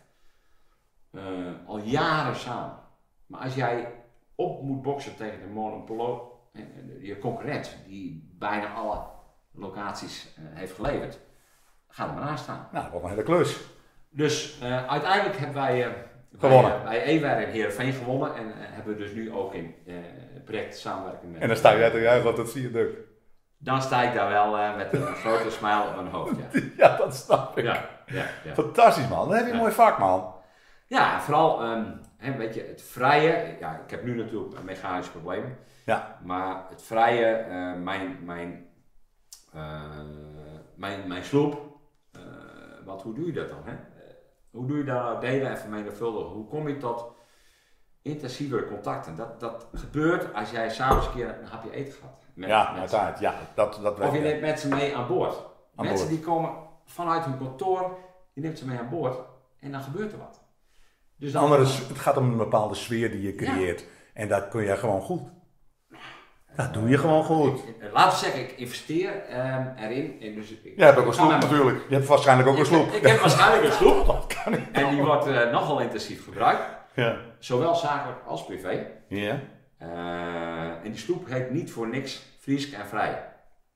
uh, al jaren samen. Maar als jij op moet boksen tegen de monopolo, je concurrent, die bijna alle locaties uh, heeft geleverd, ga er maar naast staan. Nou, dat wordt een hele klus. Dus uh, uiteindelijk hebben wij, uh, gewonnen. Wij, uh, bij Ewer in Heerenveen gewonnen en uh, hebben we dus nu ook in uh, project samenwerking met... En dan sta je uit te juichen, want dat zie je druk. Dan sta ik daar wel uh, met een grote smile op mijn hoofd, ja. Ja, dat snap ik. Ja, ja, ja. Fantastisch, man. Dan heb je een ja. mooi vak, man. Ja, vooral, um, hè, weet je, het vrije. Ja, ik heb nu natuurlijk een mechanisch probleem. Ja. Maar het vrije, uh, mijn, mijn, uh, mijn, mijn sloep, uh, wat, hoe doe je dat dan? Hè? Uh, hoe doe je dat delen en vermenigvuldigen? Hoe kom je tot intensievere contacten? Dat, dat gebeurt als jij s'avonds een keer een hapje eten gaat. Met, Ja, met uiteraard. Ja, dat, dat weet of je ik. neemt mensen mee aan boord. Aan mensen boord. die komen vanuit hun kantoor, je neemt ze mee aan boord en dan gebeurt er wat. Dus dan, Andere, het gaat om een bepaalde sfeer die je creëert. Ja. En dat kun je gewoon goed. Dat doe je gewoon goed. Laten we zeggen, ik investeer um, erin. En dus ik, Jij hebt ook een sloep mijn... natuurlijk. Je hebt waarschijnlijk ook een sloep. Ik, ik heb waarschijnlijk een sloep. Dat kan niet. En die wordt uh, nogal intensief gebruikt. Ja. Zowel zakelijk als privé. Ja. Uh, en die sloep heet niet voor niks Friesk en Vrij.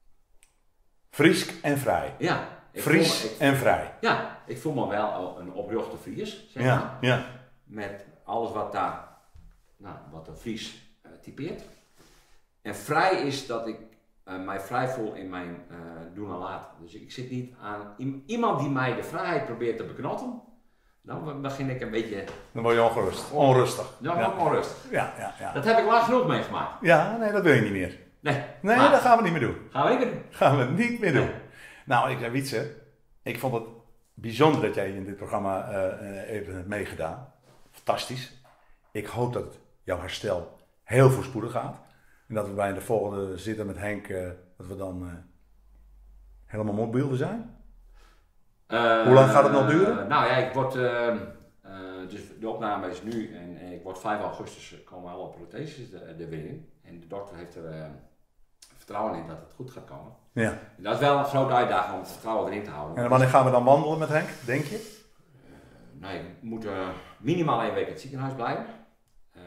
Friesk en vrij. Ja. Fries me, ik, en vrij. Ja, ik voel me wel een opjochte Fries. Zeg ja, maar. ja. Met alles wat daar, nou, wat een Fries uh, typeert. En vrij is dat ik uh, mij vrij voel in mijn uh, doen en laten. Dus ik zit niet aan iemand die mij de vrijheid probeert te beknotten. Dan begin ik een beetje... Dan word je ongerust. Onrustig. Dan ja. word ik onrustig. Ja, ja, ja. Dat heb ik lang genoeg meegemaakt. Ja, nee, dat wil je niet meer. Nee. Nee, maar, dat gaan we niet meer doen. Gaan we niet meer doen. Gaan we niet meer doen. Nee. Nou, ik, Wietse, ik vond het bijzonder dat jij in dit programma uh, even hebt meegedaan. Fantastisch. Ik hoop dat jouw herstel heel voorspoedig gaat. En dat we bij de volgende zitten met Henk, uh, dat we dan uh, helemaal mobiel zijn. Uh, Hoe lang gaat het nog duren? Uh, nou ja, ik word, uh, uh, dus de opname is nu en, en ik word vijf augustus komen alle protheses er weer in. En de dokter heeft er uh, vertrouwen in dat het goed gaat komen. Ja. En dat is wel een grote uitdaging om het vertrouwen erin te houden. En wanneer gaan we dan wandelen met Henk, denk je? Uh, nou, ik moet uh, minimaal één week in het ziekenhuis blijven. Uh,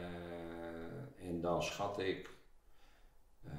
en dan schat ik uh,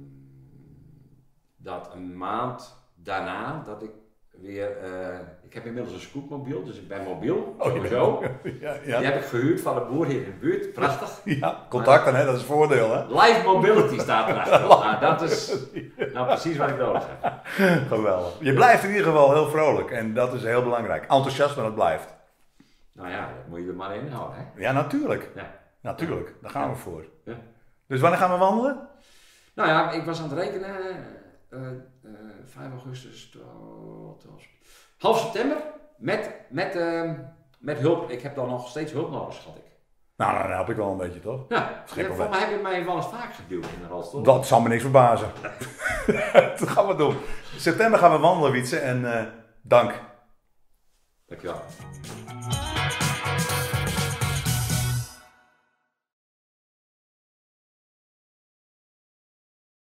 dat een maand daarna dat ik weer, uh, ik heb inmiddels een scootmobiel, dus ik ben mobiel, Oh, sowieso. ja, ja. Die heb ik gehuurd van de boer hier in de buurt, prachtig. Ja, contacten, hè, dat is een voordeel, hè? Live mobility staat erachter. Nou, dat is nou precies wat ik nodig heb. Geweldig. Je blijft in ieder geval heel vrolijk en dat is heel belangrijk. Enthousiasme, dat blijft. Nou ja, dat moet je er maar in houden, hè? Ja, natuurlijk. Ja. Natuurlijk, daar gaan ja. we voor. Ja. Dus wanneer gaan we wandelen? Nou ja, ik was aan het rekenen, uh, uh, vijf augustus tot, tot half september, met, met, uh, met hulp. Ik heb dan nog steeds hulp nodig, schat ik. Nou, nou, dan help ik wel een beetje, toch? Ja, volgens mij heb je mij wel eens vaak geduwd in de rolstoel. Dat zal me niks verbazen. Dat gaan we doen. In september gaan we wandelen, Wietse, en uh, dank. Dankjewel.